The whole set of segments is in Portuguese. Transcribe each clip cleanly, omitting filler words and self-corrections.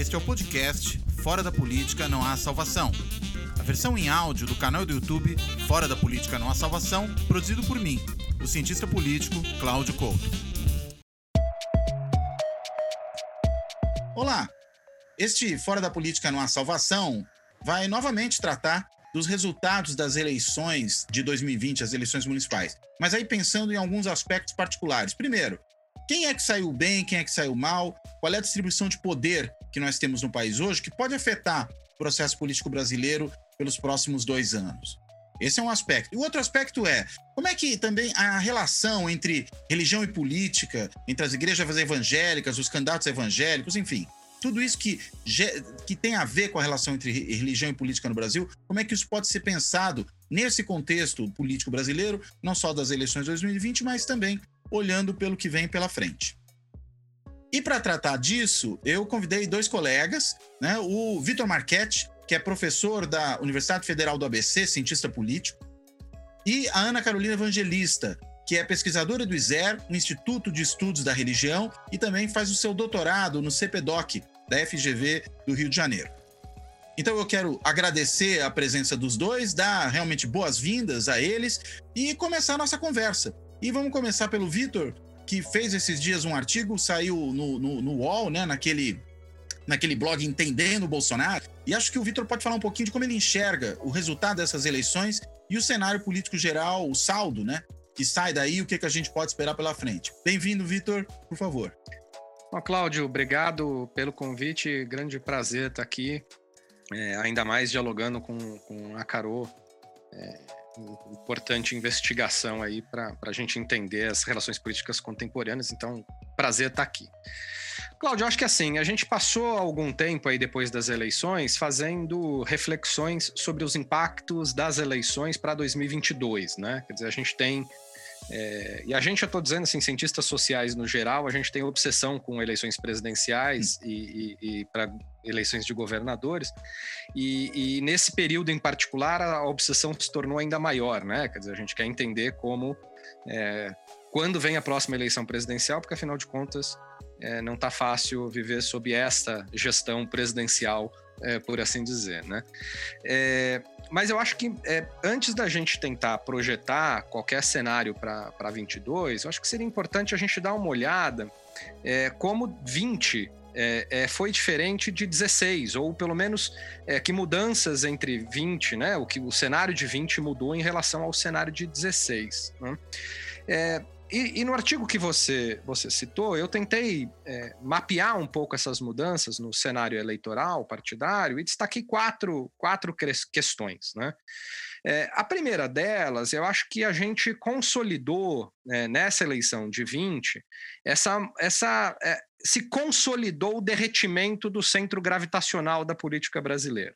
Este é o podcast Fora da Política Não Há Salvação. A versão em áudio do canal do YouTube Fora da Política Não Há Salvação, produzido por mim, o cientista político Cláudio Couto. Olá! Este Fora da Política Não Há Salvação vai novamente tratar dos resultados das eleições de 2020, as eleições municipais. Mas aí pensando em alguns aspectos particulares. Primeiro, quem é que saiu bem, quem é que saiu mal? Qual é a distribuição de poder que nós temos no país hoje que pode afetar o processo político brasileiro pelos próximos 2 anos? Esse é um aspecto. E o outro aspecto é, como é que também a relação entre religião e política, entre as igrejas evangélicas, os candidatos evangélicos, enfim, tudo isso que tem a ver com a relação entre religião e política no Brasil, como é que isso pode ser pensado nesse contexto político brasileiro, não só das eleições de 2020, mas também olhando pelo que vem pela frente. E para tratar disso, eu convidei 2 colegas, né? O Vitor Marchetti, que é professor da Universidade Federal do ABC, cientista político, e a Ana Carolina Evangelista, que é pesquisadora do ISER, o Instituto de Estudos da Religião, e também faz o seu doutorado no CPDOC, da FGV do Rio de Janeiro. Então eu quero agradecer a presença dos dois, dar realmente boas-vindas a eles e começar a nossa conversa. E vamos começar pelo Vitor, que fez esses dias um artigo, saiu no UOL, né, naquele blog Entendendo o Bolsonaro, e acho que o Vitor pode falar um pouquinho de como ele enxerga o resultado dessas eleições e o cenário político geral, o saldo, né, que sai daí, o que a gente pode esperar pela frente. Bem-vindo, Vitor, por favor. Bom, Cláudio, obrigado pelo convite, grande prazer estar aqui, ainda mais dialogando com a Carol, importante investigação aí para a gente entender as relações políticas contemporâneas, então prazer estar aqui. Cláudio, eu acho que assim, a gente passou algum tempo aí depois das eleições fazendo reflexões sobre os impactos das eleições para 2022, né? Quer dizer, a gente tem, e a gente, eu estou dizendo assim, cientistas sociais no geral, a gente tem obsessão com eleições presidenciais e para eleições de governadores, e nesse período em particular a obsessão se tornou ainda maior, né? Quer dizer, a gente quer entender como, quando vem a próxima eleição presidencial, porque afinal de contas não está fácil viver sob esta gestão presidencial, por assim dizer, né? Mas eu acho que antes da gente tentar projetar qualquer cenário para 22, eu acho que seria importante a gente dar uma olhada como 20 foi diferente de 16, ou pelo menos que mudanças entre 20, né? O cenário de 20 mudou em relação ao cenário de 16, né? E no artigo que você citou, eu tentei mapear um pouco essas mudanças no cenário eleitoral partidário e destaquei quatro questões, né? A primeira delas, eu acho que a gente consolidou, nessa eleição de 20, se consolidou o derretimento do centro gravitacional da política brasileira.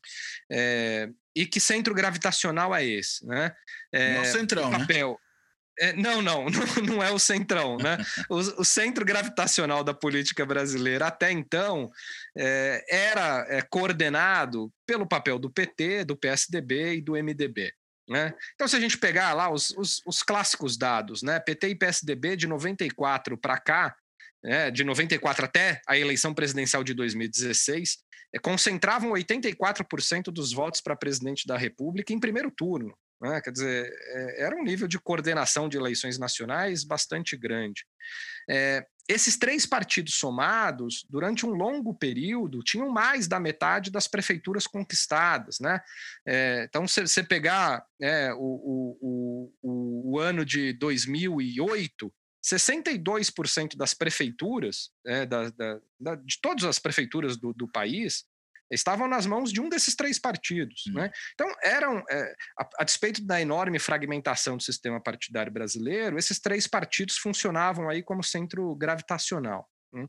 E que centro gravitacional é esse, né? Não é o centrão, papel, né? Não é o centrão, né? O centro gravitacional da política brasileira até então era coordenado pelo papel do PT, do PSDB e do MDB, né? Então, se a gente pegar lá os clássicos dados, né? PT e PSDB de 94 para cá, de 94 até a eleição presidencial de 2016, concentravam 84% dos votos para presidente da República em primeiro turno. Quer dizer, era um nível de coordenação de eleições nacionais bastante grande. Esses 3 partidos somados, durante um longo período, tinham mais da metade das prefeituras conquistadas, né? Então, se você pegar o ano de 2008, 62% das prefeituras, de todas as prefeituras do país, estavam nas mãos de um desses 3 partidos, né? Então, a despeito da enorme fragmentação do sistema partidário brasileiro, esses 3 partidos funcionavam aí como centro gravitacional. Em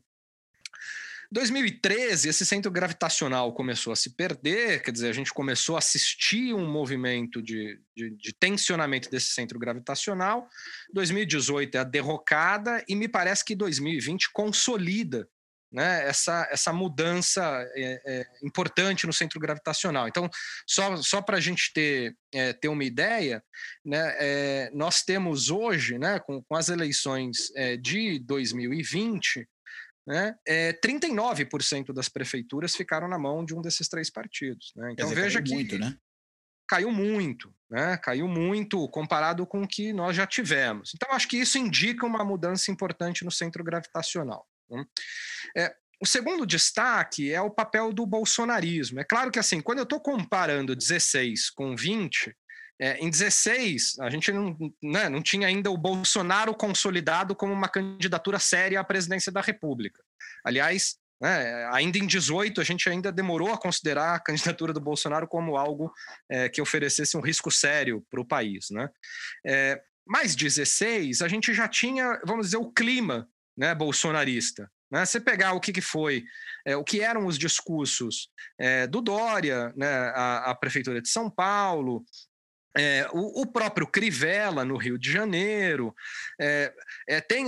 2013, esse centro gravitacional começou a se perder, quer dizer, a gente começou a assistir um movimento de tensionamento desse centro gravitacional. 2018 é a derrocada e me parece que 2020 consolida, né, essa mudança importante no centro gravitacional. Então, só para a gente ter uma ideia, né, nós temos hoje, né, com as eleições de 2020, né, 39% das prefeituras ficaram na mão de um desses 3 partidos. Né? Então, Quer dizer, veja caiu que muito, né? caiu muito, né? Caiu muito comparado com o que nós já tivemos. Então, acho que isso indica uma mudança importante no centro gravitacional. Né? O segundo destaque é o papel do bolsonarismo. É claro que, assim, quando eu estou comparando 16 com 20, em 16, a gente não tinha ainda o Bolsonaro consolidado como uma candidatura séria à presidência da República. Aliás, ainda em 18, a gente ainda demorou a considerar a candidatura do Bolsonaro como algo que oferecesse um risco sério para o país. Né? Mais 16, a gente já tinha, vamos dizer, o clima, né, bolsonarista. Né? Você pegar o que foi, o que eram os discursos do Dória, né, a Prefeitura de São Paulo, o próprio Crivella, no Rio de Janeiro, tem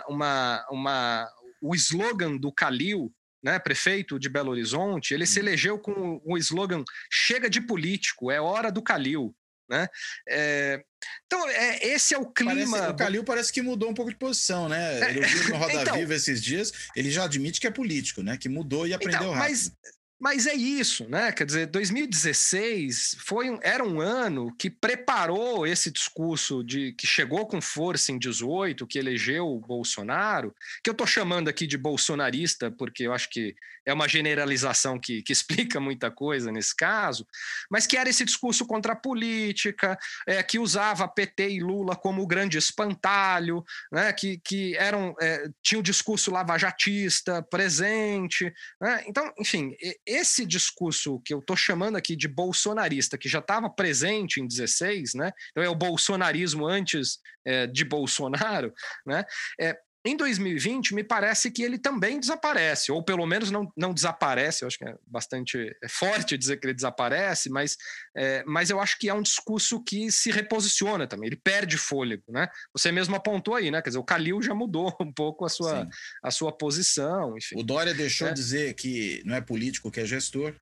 o slogan do Calil, né, prefeito de Belo Horizonte, ele se elegeu com o slogan "Chega de político, é hora do Calil". Né? Então, esse é o clima. O Calil parece que mudou um pouco de posição, né? Eu vi no Roda então, Viva esses dias, ele já admite que é político, né? Que mudou e aprendeu rápido. Mas é isso, né? Quer dizer, 2016 era um ano que preparou esse discurso que chegou com força em 18, que elegeu o Bolsonaro, que eu estou chamando aqui de bolsonarista, porque eu acho que é uma generalização que explica muita coisa nesse caso, mas que era esse discurso contra a política, que usava PT e Lula como o grande espantalho, né? Que tinha o discurso lavajatista presente. Né? Então, enfim, esse discurso que eu estou chamando aqui de bolsonarista, que já estava presente em 16, né? Então é o bolsonarismo antes de Bolsonaro, né? Em 2020, me parece que ele também desaparece, ou pelo menos não desaparece. Eu acho que é bastante forte dizer que ele desaparece, mas eu acho que é um discurso que se reposiciona também, ele perde fôlego. Né? Você mesmo apontou aí, né? Quer dizer, o Calil já mudou um pouco a sua posição. Enfim. O Dória deixou de dizer que não é político, que é gestor.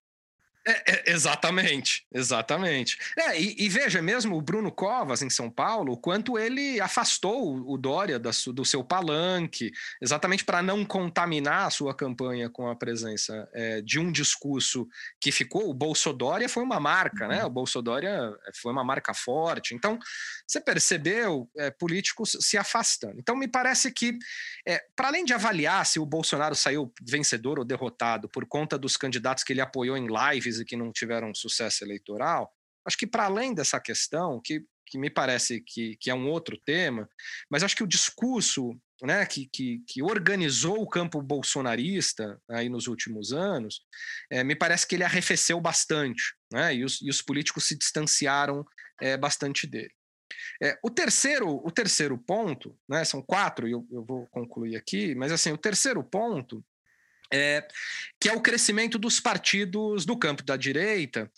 Exatamente. E veja, mesmo o Bruno Covas, em São Paulo, o quanto ele afastou o Dória do seu palanque, exatamente para não contaminar a sua campanha com a presença de um discurso que ficou. O Bolsodória foi uma marca, né? O Bolsodória foi uma marca forte. Então, você percebeu políticos se afastando. Então, me parece que, para além de avaliar se o Bolsonaro saiu vencedor ou derrotado por conta dos candidatos que ele apoiou em lives e que não tiveram sucesso eleitoral, acho que para além dessa questão, que me parece que é um outro tema, mas acho que o discurso, né, que organizou o campo bolsonarista aí nos últimos anos, me parece que ele arrefeceu bastante, né, e os políticos se distanciaram bastante dele. O terceiro ponto, né, são 4, e eu vou concluir aqui, mas assim, o terceiro ponto que é o crescimento dos partidos do campo da direita,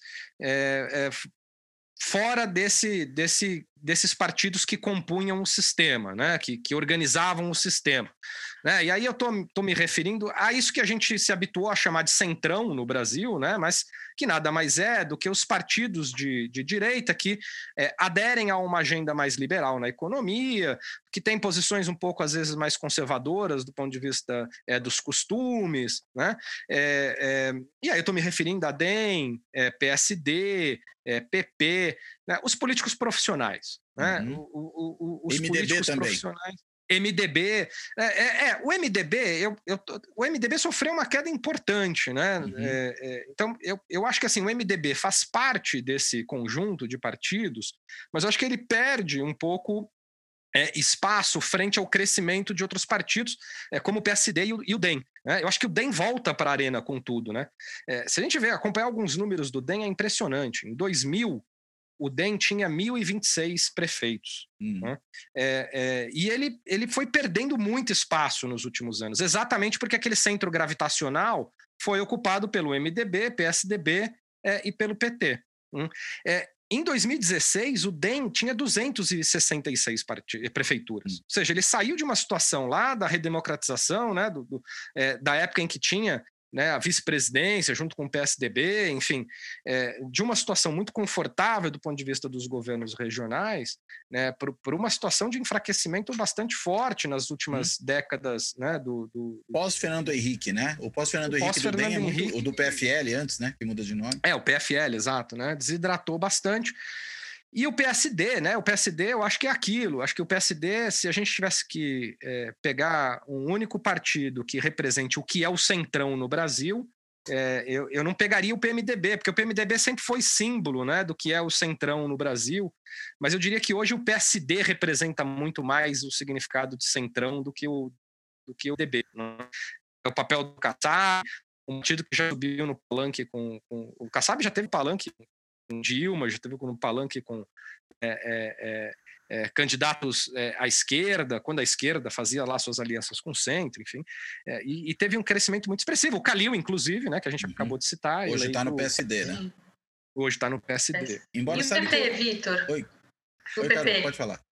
fora desses partidos que compunham o sistema, né? que organizavam o sistema. Né? E aí eu estou me referindo a isso que a gente se habituou a chamar de centrão no Brasil, né? Mas que nada mais é do que os partidos de direita que aderem a uma agenda mais liberal na economia, que tem posições um pouco, às vezes, mais conservadoras do ponto de vista dos costumes. Né? E aí eu estou me referindo a DEM, PSD, PP, né? Os políticos profissionais. Né? Os MDB políticos também. Profissionais. MDB, o MDB sofreu uma queda importante, né? Então eu acho que assim, o MDB faz parte desse conjunto de partidos, mas eu acho que ele perde um pouco espaço frente ao crescimento de outros partidos, como o PSD e o DEM. Né? Eu acho que o DEM volta para a arena com tudo. Né? Se a gente acompanhar alguns números do DEM, é impressionante. Em 2000, o DEM tinha 1.026 prefeitos. Né? E ele foi perdendo muito espaço nos últimos anos, exatamente porque aquele centro gravitacional foi ocupado pelo MDB, PSDB e pelo PT. Em 2016, o DEM tinha 266 prefeituras. Ou seja, ele saiu de uma situação lá da redemocratização, né, da época em que tinha né, a vice-presidência junto com o PSDB, enfim, de uma situação muito confortável do ponto de vista dos governos regionais, né, por uma situação de enfraquecimento bastante forte nas últimas décadas, né, do pós-Fernando Henrique, né? O pós-Fernando Henrique do DEM é muito o do PFL antes, né? Que muda de nome. O PFL, exato, né? Desidratou bastante. E o PSD, né? O PSD, eu acho que é aquilo. Acho que o PSD, se a gente tivesse que pegar um único partido que represente o que é o centrão no Brasil, eu não pegaria o PMDB, porque o PMDB sempre foi símbolo, né, do que é o centrão no Brasil. Mas eu diria que hoje o PSD representa muito mais o significado de centrão do que o DB. Né? É o papel do Kassab, um partido que já subiu no palanque com o Kassab já teve palanque com Dilma, já teve no palanque com candidatos à esquerda, quando a esquerda fazia lá suas alianças com o centro, enfim, e teve um crescimento muito expressivo. O Calil, inclusive, né, que a gente acabou de citar. Hoje está no PSD, né? Hoje está no PSD. Embora e o PP, Vitor? Oi, o PP. Carol, pode falar.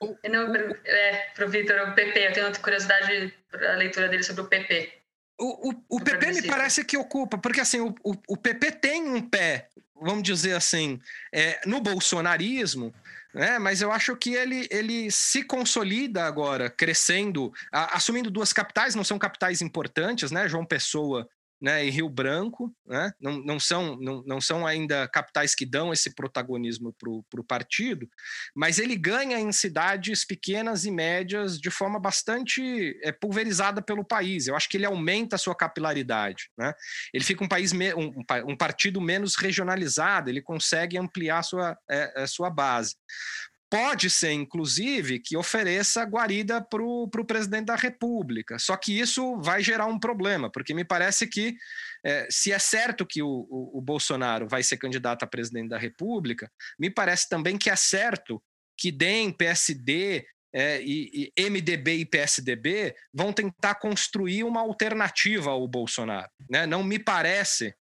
Para o Vitor, o PP, eu tenho outra curiosidade para a leitura dele sobre o PP. O PP me parece que ocupa, porque assim, o PP tem um pé, vamos dizer assim, no bolsonarismo, né? Mas eu acho que ele se consolida agora, crescendo, assumindo duas capitais, não são capitais importantes, né? João Pessoa, né, e Rio Branco, né? Não são ainda capitais que dão esse protagonismo para o partido, mas ele ganha em cidades pequenas e médias de forma bastante pulverizada pelo país. Eu acho que ele aumenta a sua capilaridade, né? Ele fica um partido menos regionalizado, ele consegue ampliar a sua base. Pode ser, inclusive, que ofereça guarida para o presidente da República. Só que isso vai gerar um problema, porque me parece que, se é certo que o Bolsonaro vai ser candidato a presidente da República, me parece também que é certo que DEM, PSD, e MDB e PSDB vão tentar construir uma alternativa ao Bolsonaro. Né? Não me parece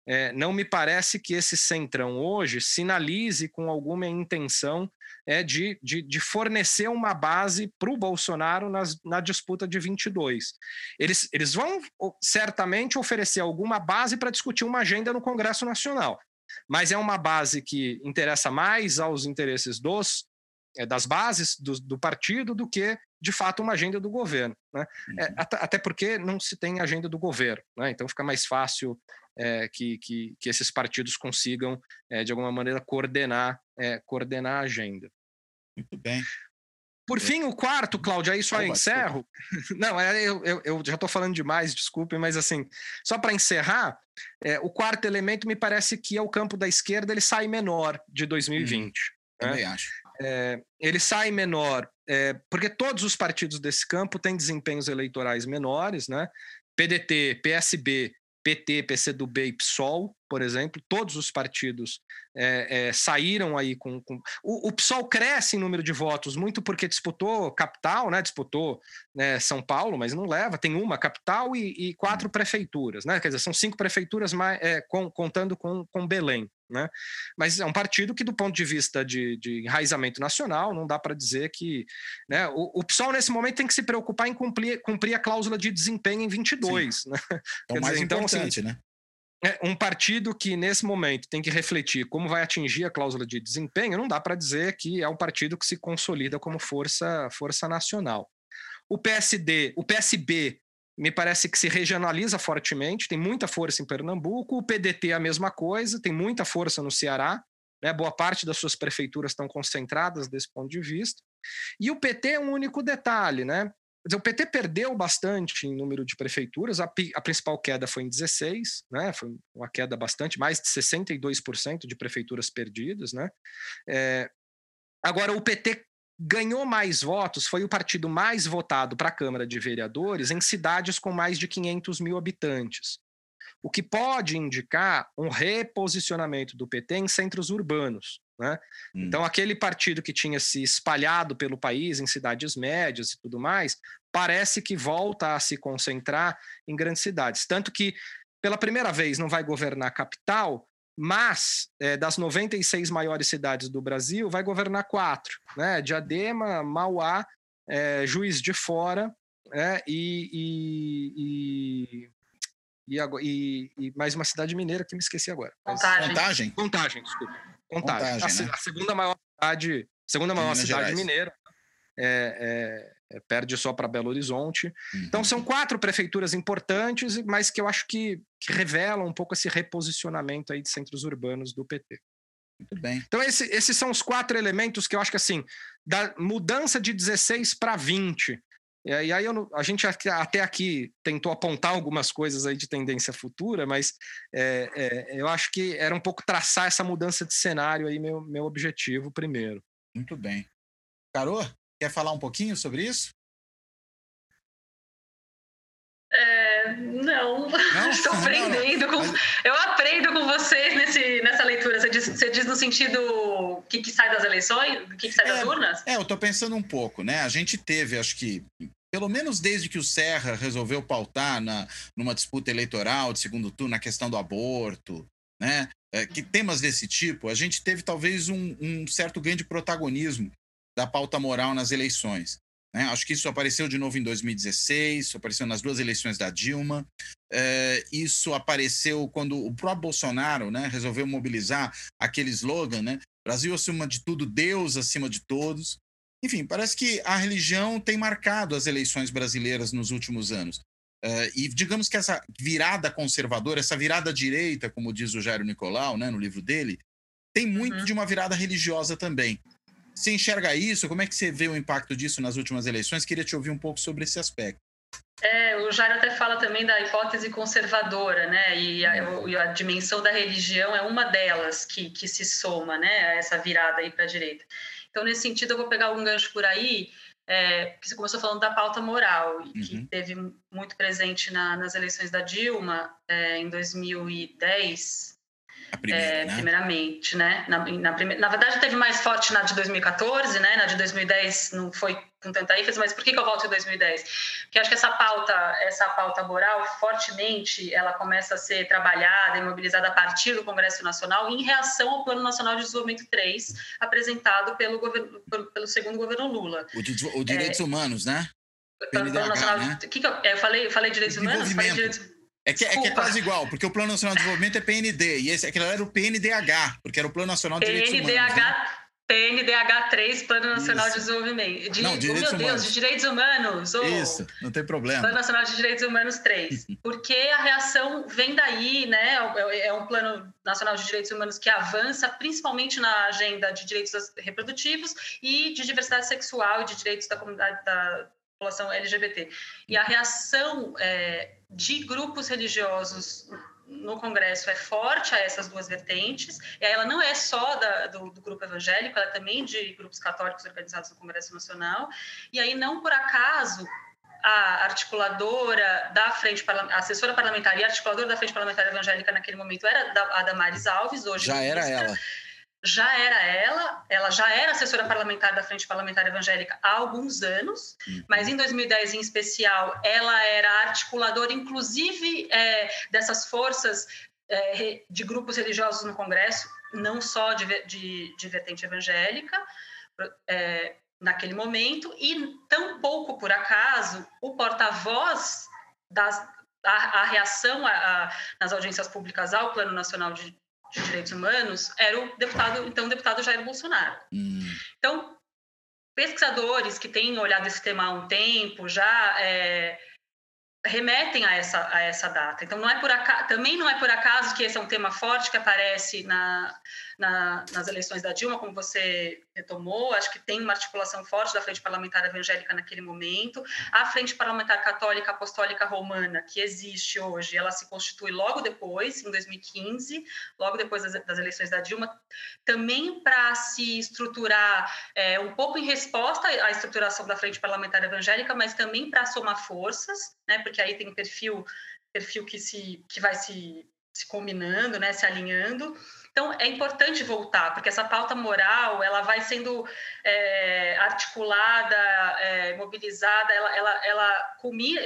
que esse centrão hoje sinalize com alguma intenção de fornecer uma base para o Bolsonaro na disputa de 22. Eles vão certamente oferecer alguma base para discutir uma agenda no Congresso Nacional, mas é uma base que interessa mais aos interesses das bases do partido do que, de fato, uma agenda do governo. Né? Até porque não se tem agenda do governo, né? Então fica mais fácil que esses partidos consigam, de alguma maneira, coordenar a agenda. Muito bem. Por fim, o quarto, Cláudio, aí só encerro. Não, eu já estou falando demais, desculpe, mas assim, só para encerrar, o quarto elemento me parece que é o campo da esquerda, ele sai menor de 2020. Também acho. Ele sai menor porque todos os partidos desse campo têm desempenhos eleitorais menores, né? PDT, PSB, PT, PCdoB e PSOL, por exemplo, todos os partidos saíram aí com... O PSOL cresce em número de votos muito porque disputou capital, né? Disputou São Paulo, mas não leva, tem uma capital e 4 prefeituras, né? Quer dizer, são 5 prefeituras contando com Belém. Né? Mas é um partido que, do ponto de vista de enraizamento nacional, não dá para dizer que... Né? O PSOL, nesse momento, tem que se preocupar em cumprir a cláusula de desempenho em 22. Né? É o mais importante, né? Um partido que, nesse momento, tem que refletir como vai atingir a cláusula de desempenho, não dá para dizer que é um partido que se consolida como força nacional. O PSB, me parece que se regionaliza fortemente, tem muita força em Pernambuco, o PDT é a mesma coisa, tem muita força no Ceará, né? Boa parte das suas prefeituras estão concentradas desse ponto de vista, e o PT é um único detalhe, né? Quer dizer, o PT perdeu bastante em número de prefeituras, a principal queda foi em 16, né? Foi uma queda bastante, mais de 62% de prefeituras perdidas, né? Agora, o PT ganhou mais votos, foi o partido mais votado para a Câmara de Vereadores em cidades com mais de 500 mil habitantes, o que pode indicar um reposicionamento do PT em centros urbanos. Né? Então, aquele partido que tinha se espalhado pelo país, em cidades médias e tudo mais, parece que volta a se concentrar em grandes cidades. Tanto que, pela primeira vez, não vai governar a capital, mas das 96 maiores cidades do Brasil, vai governar 4, né? Diadema, Mauá, Juiz de Fora, e e mais uma cidade mineira que me esqueci agora. Contagem. Contagem, desculpa. Contagem. Né? A segunda maior cidade mineira. Perde só para Belo Horizonte. Então, são 4 prefeituras importantes, mas que eu acho que revelam um pouco esse reposicionamento aí de centros urbanos do PT. Muito bem. Então, esses são os 4 elementos que eu acho que, assim, da mudança de 16 para 20. E aí a gente até aqui tentou apontar algumas coisas aí de tendência futura, mas eu acho que era um pouco traçar essa mudança de cenário aí, meu objetivo primeiro. Muito bem. Carô, quer falar um pouquinho sobre isso? Não. Estou aprendendo. Eu aprendo com vocês nessa leitura. Você diz no sentido que sai das eleições, que sai das urnas? Eu estou pensando um pouco, né? A gente teve, acho que, pelo menos desde que o Serra resolveu pautar numa disputa eleitoral de segundo turno, na questão do aborto, né? Que temas desse tipo, a gente teve talvez um certo ganho de protagonismo da pauta moral nas eleições. Né? Acho que isso apareceu de novo em 2016, isso apareceu nas 2 eleições da Dilma, isso apareceu quando o próprio Bolsonaro, né, resolveu mobilizar aquele slogan, né, Brasil acima de tudo, Deus acima de todos. Enfim, parece que a religião tem marcado as eleições brasileiras nos últimos anos. E digamos que essa virada conservadora, essa virada direita, como diz o Jairo Nicolau, né, no livro dele, tem muito de uma virada religiosa também. Você enxerga isso? Como é que você vê o impacto disso nas últimas eleições? Queria te ouvir um pouco sobre esse aspecto. O Jairo até fala também da hipótese conservadora, né? E a dimensão da religião é uma delas que se soma, né, a essa virada aí para a direita. Então, nesse sentido, eu vou pegar um gancho por aí, porque você começou falando da pauta moral, que teve muito presente nas eleições da Dilma em 2010. Primeiramente, né? Na verdade, teve mais forte na de 2014, né? Na de 2010 não foi com tanta ênfase, mas por que eu volto em 2010? Porque acho que essa pauta moral, fortemente, ela começa a ser trabalhada e mobilizada a partir do Congresso Nacional em reação ao Plano Nacional de Desenvolvimento 3, apresentado pelo segundo governo Lula. O Direitos Humanos, né? Plano Nacional, né? Eu falei Direitos Humanos? Falei Direitos... É que é quase igual, porque o Plano Nacional de Desenvolvimento é PND, e aquele era o PNDH, porque era o Plano Nacional de Direitos Humanos. Né? PNDH 3, Plano Nacional de Desenvolvimento. De Direitos Humanos. Isso, não tem problema. Plano Nacional de Direitos Humanos 3. Porque a reação vem daí, né? É um Plano Nacional de Direitos Humanos que avança principalmente na agenda de direitos reprodutivos e de diversidade sexual e de direitos da comunidade da população LGBT. E a reação de grupos religiosos no Congresso é forte a essas 2 vertentes, e ela não é só do grupo evangélico, ela é também de grupos católicos organizados no Congresso Nacional, e aí não por acaso a articuladora da frente a assessora parlamentar e a articuladora da frente parlamentar evangélica naquele momento era a Damares Alves, hoje já ministra. Era ela. Ela já era assessora parlamentar da Frente Parlamentar Evangélica há alguns anos, mas em 2010, em especial, ela era articuladora, inclusive, dessas forças de grupos religiosos no Congresso, não só de vertente evangélica, naquele momento, e tampouco, por acaso, o porta-voz da reação nas audiências públicas ao Plano Nacional de Direitos Humanos era o deputado Jair Bolsonaro. Então, pesquisadores que têm olhado esse tema há um tempo já remetem a essa data. Então, também não é por acaso que esse é um tema forte que aparece nas eleições da Dilma, como você retomou. Acho que tem uma articulação forte da Frente Parlamentar Evangélica naquele momento. A Frente Parlamentar Católica Apostólica Romana, que existe hoje, ela se constitui logo depois, em 2015, logo depois das eleições da Dilma, também para se estruturar um pouco em resposta à estruturação da Frente Parlamentar Evangélica, mas também para somar forças, né? Porque aí tem um perfil que vai se combinando, né? Se alinhando. Então, é importante voltar, porque essa pauta moral ela vai sendo articulada, mobilizada, ela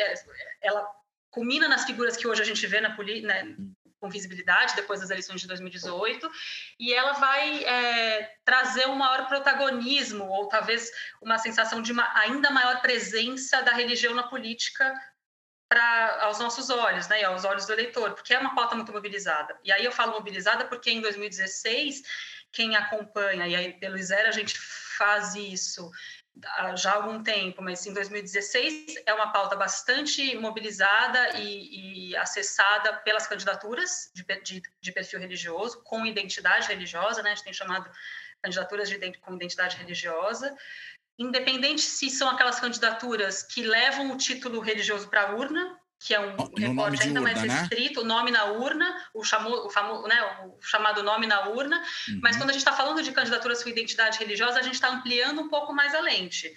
culmina nas figuras que hoje a gente vê na política, né, com visibilidade, depois das eleições de 2018, e ela vai trazer um maior protagonismo, ou talvez uma sensação de uma ainda maior presença da religião na política aos nossos olhos, né, e aos olhos do eleitor, porque é uma pauta muito mobilizada. E aí eu falo mobilizada porque em 2016, quem acompanha, e aí pelo Isera a gente faz isso já há algum tempo, mas em 2016 é uma pauta bastante mobilizada e acessada pelas candidaturas de perfil religioso, com identidade religiosa, né? A gente tem chamado candidaturas com identidade religiosa, independente se são aquelas candidaturas que levam o título religioso para a urna, que é um recorte ainda mais restrito, o nome na urna, o chamado nome na urna, mas quando a gente está falando de candidaturas com identidade religiosa, a gente está ampliando um pouco mais a lente.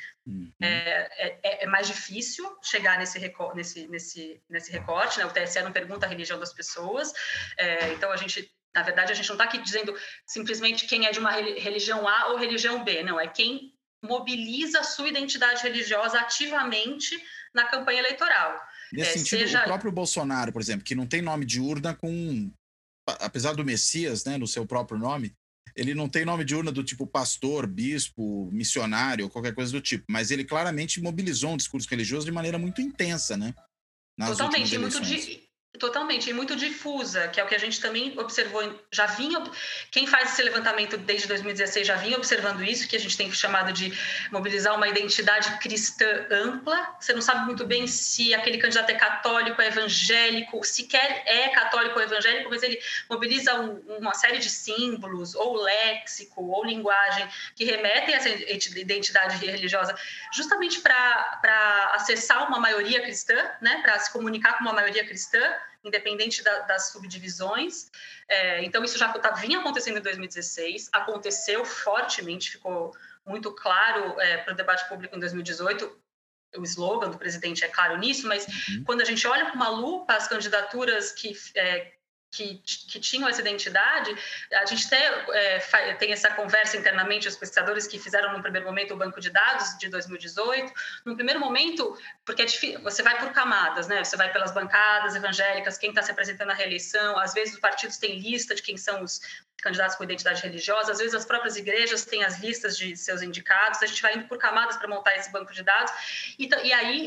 É mais difícil chegar nesse recorte, né? O TSE não pergunta a religião das pessoas, então na verdade, a gente não está aqui dizendo simplesmente quem é de uma religião A ou religião B, não, é quem mobiliza a sua identidade religiosa ativamente na campanha eleitoral. Nesse sentido, o próprio Bolsonaro, por exemplo, que não tem nome de urna apesar do Messias, né, no seu próprio nome, ele não tem nome de urna do tipo pastor, bispo, missionário, ou qualquer coisa do tipo, mas ele claramente mobilizou um discurso religioso de maneira muito intensa, né, nas últimas eleições. Totalmente, e muito difusa, que é o que a gente também observou, quem faz esse levantamento desde 2016 já vinha observando isso, que a gente tem chamado de mobilizar uma identidade cristã ampla. Você não sabe muito bem se aquele candidato é católico, é evangélico, sequer é católico ou evangélico, mas ele mobiliza uma série de símbolos, ou léxico, ou linguagem, que remetem a essa identidade religiosa, justamente para acessar uma maioria cristã, né, para se comunicar com uma maioria cristã, independente das subdivisões. Então, isso já vinha acontecendo em 2016, aconteceu fortemente, ficou muito claro para o debate público em 2018, o slogan do presidente é claro nisso, mas quando a gente olha com uma lupa as candidaturas que tinham essa identidade, a gente tem essa conversa internamente, os pesquisadores que fizeram no primeiro momento o banco de dados de 2018, no primeiro momento, porque é difícil, você vai por camadas, né? Você vai pelas bancadas evangélicas, quem está se apresentando à reeleição, às vezes os partidos têm lista de quem são os candidatos com identidade religiosa, às vezes as próprias igrejas têm as listas de seus indicados, a gente vai indo por camadas para montar esse banco de dados, e aí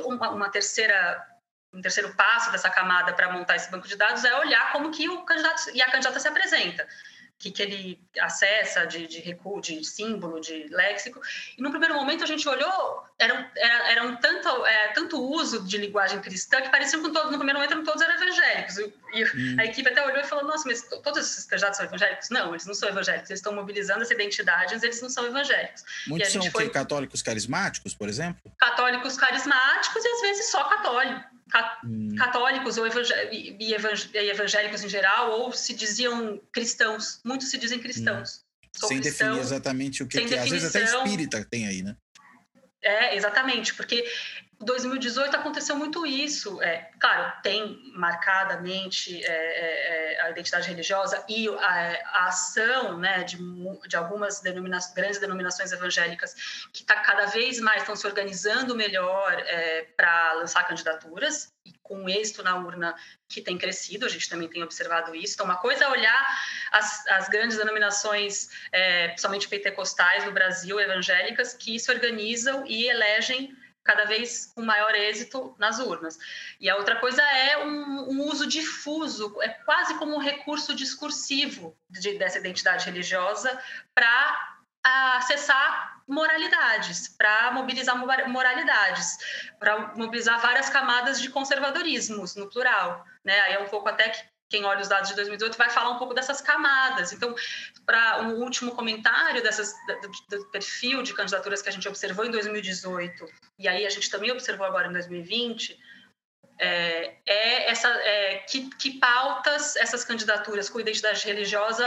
um terceiro passo dessa camada para montar esse banco de dados é olhar como que o candidato e a candidata se apresenta, que ele acessa de recuo, de símbolo, de léxico. E no primeiro momento a gente olhou, era tanto uso de linguagem cristã que pareciam que no primeiro momento todos eram evangélicos. E a equipe até olhou e falou, nossa, mas todos esses candidatos são evangélicos? Não, eles não são evangélicos, eles estão mobilizando essa identidade, mas eles não são evangélicos. Muitos são católicos carismáticos, por exemplo? Católicos carismáticos e às vezes só católicos ou evangélicos em geral, ou se diziam cristãos. Muitos se dizem cristãos. Sem definir exatamente o que é. Às vezes até espírita tem aí, né? Exatamente, porque em 2018 aconteceu muito isso. Claro, tem marcadamente a identidade religiosa e a ação, né, de algumas grandes denominações evangélicas que cada vez mais estão se organizando melhor para lançar candidaturas, e com êxito na urna que tem crescido, a gente também tem observado isso. Então, uma coisa é olhar as grandes denominações, principalmente pentecostais no Brasil, evangélicas, que se organizam e elegem cada vez com maior êxito nas urnas. E a outra coisa é um uso difuso, é quase como um recurso discursivo dessa identidade religiosa para acessar moralidades, para mobilizar moralidades, para mobilizar várias camadas de conservadorismos, no plural, né? Aí é um pouco até que quem olha os dados de 2018 vai falar um pouco dessas camadas. Então, para um último comentário do perfil de candidaturas que a gente observou em 2018, e aí a gente também observou agora em 2020, que pautas essas candidaturas com identidade religiosa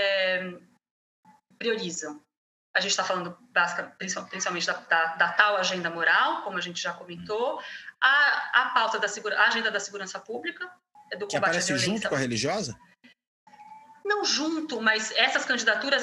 priorizam. A gente está falando principalmente da tal agenda moral, como a gente já comentou, a pauta a agenda da segurança pública, do que combate à violência. Aparece junto com a religiosa? Não junto, mas essas candidaturas,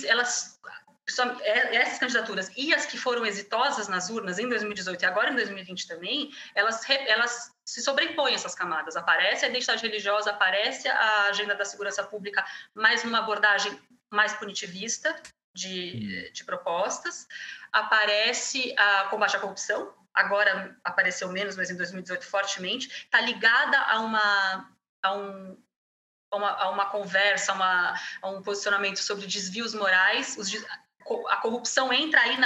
essas candidaturas e as que foram exitosas nas urnas em 2018 e agora em 2020 também, elas se sobrepõem essas camadas. Aparece a identidade religiosa, aparece a agenda da segurança pública, mas numa abordagem mais punitivista de propostas, aparece a combate à corrupção, agora apareceu menos, mas em 2018 fortemente, está ligada a uma conversa, a um posicionamento sobre desvios morais. A corrupção entra aí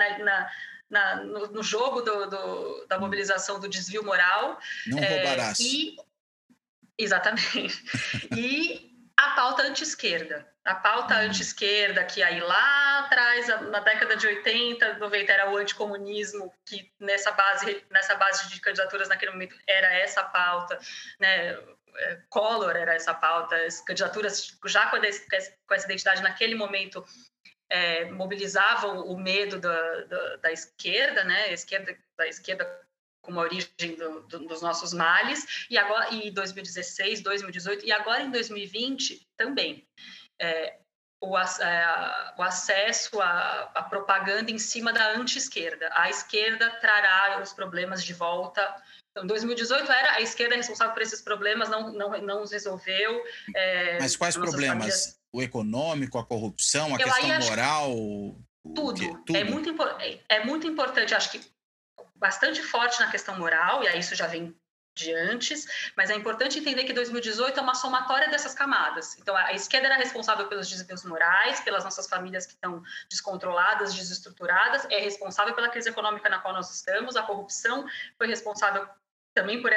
no jogo da mobilização do desvio moral. Não roubarás. Exatamente. E a pauta anti-esquerda. A pauta anti-esquerda, que aí lá atrás, na década de 80, 90, era o anticomunismo, que nessa base de candidaturas naquele momento era essa pauta, né? Collor era essa pauta, as candidaturas já com essa identidade naquele momento mobilizavam o medo da esquerda, né? Da esquerda como a origem dos nossos males, e agora em 2016, 2018 e agora em 2020 também. O acesso à propaganda em cima da anti-esquerda. A esquerda trará os problemas de volta. Então, em 2018 a esquerda responsável por esses problemas, não os resolveu. Mas quais problemas? Famílias... O econômico, a corrupção, a questão moral? Tudo. É muito importante, acho que bastante forte na questão moral, e aí isso já vem de antes, mas é importante entender que 2018 é uma somatória dessas camadas. Então, a esquerda era responsável pelos desvios morais, pelas nossas famílias que estão descontroladas, desestruturadas, é responsável pela crise econômica na qual nós estamos, a corrupção foi responsável também por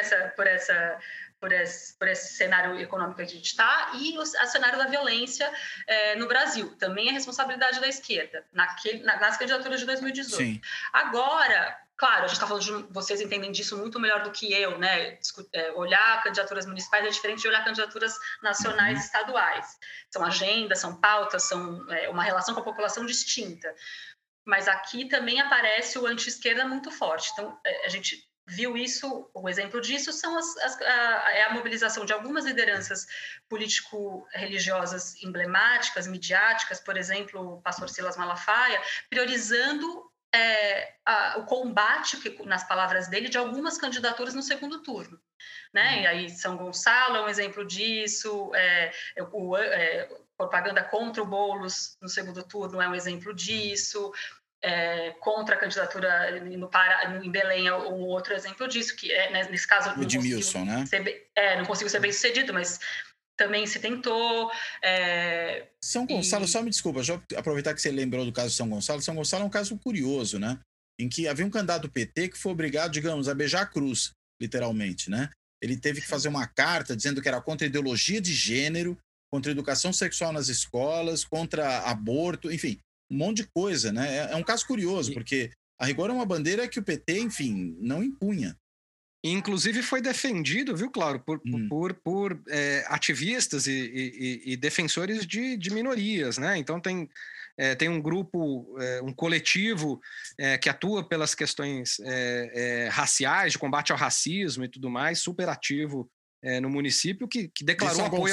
esse cenário econômico que a gente está, e o cenário da violência no Brasil. Também é responsabilidade da esquerda, nas candidaturas de 2018. Sim. Agora, claro, a gente está falando de... Vocês entendem disso muito melhor do que eu, né? Olhar candidaturas municipais é diferente de olhar candidaturas nacionais e estaduais. São agendas, são pautas, são uma relação com a população distinta. Mas aqui também aparece o anti-esquerda muito forte. Então, a gente... viu isso, o exemplo disso é a mobilização de algumas lideranças político-religiosas emblemáticas, midiáticas, por exemplo, o pastor Silas Malafaia, priorizando o combate, nas palavras dele, de algumas candidaturas no segundo turno. Né? E aí São Gonçalo é um exemplo disso, propaganda contra o Boulos no segundo turno é um exemplo disso, contra a candidatura em Belém é um outro exemplo disso, que nesse caso o Edmilson, né? Não conseguiu ser bem sucedido, mas também se tentou. São Gonçalo, só me desculpa, já aproveitar que você lembrou do caso de São Gonçalo. São Gonçalo é um caso curioso, né? Em que havia um candidato do PT que foi obrigado, digamos, a beijar a cruz, literalmente, né? Ele teve que fazer uma carta dizendo que era contra a ideologia de gênero, contra a educação sexual nas escolas, contra aborto, enfim, um monte de coisa, né? É um caso curioso, porque a rigor é uma bandeira que o PT, enfim, não impunha. Inclusive foi defendido, viu, Cláudio, por ativistas e defensores de minorias, né? Então tem um grupo, um coletivo que atua pelas questões raciais, de combate ao racismo e tudo mais, super ativo no município, que declarou apoio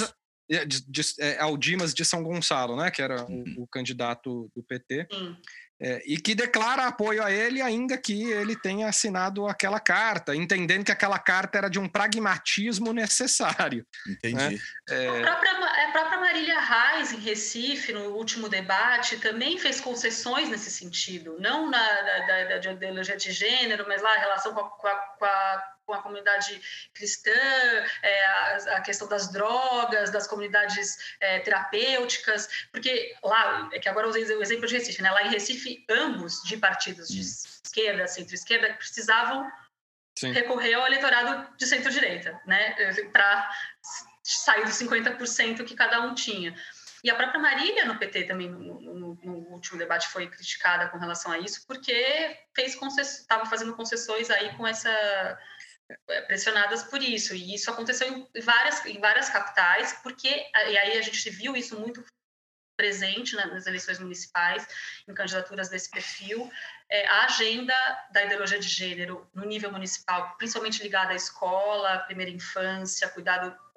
ao Dimas de São Gonçalo, né? Que era o candidato do PT. E que declara apoio a ele, ainda que ele tenha assinado aquela carta, entendendo que aquela carta era de um pragmatismo necessário. Entendi. Né? A própria Marília Reis, em Recife, no último debate, também fez concessões nesse sentido, não da ideologia de gênero, mas lá a relação com a comunidade cristã, a questão das drogas, das comunidades terapêuticas, porque lá, que agora eu usei o exemplo de Recife, né? Lá em Recife, ambos de partidos de esquerda, centro-esquerda, precisavam recorrer ao eleitorado de centro-direita, né? Para sair dos 50% que cada um tinha. E a própria Marília, no PT, também, no último debate, foi criticada com relação a isso, porque estava fazendo concessões aí com pressionadas por isso, e isso aconteceu em várias capitais, e aí a gente viu isso muito presente nas eleições municipais, em candidaturas desse perfil, a agenda da ideologia de gênero no nível municipal, principalmente ligada à escola, primeira infância, cuidado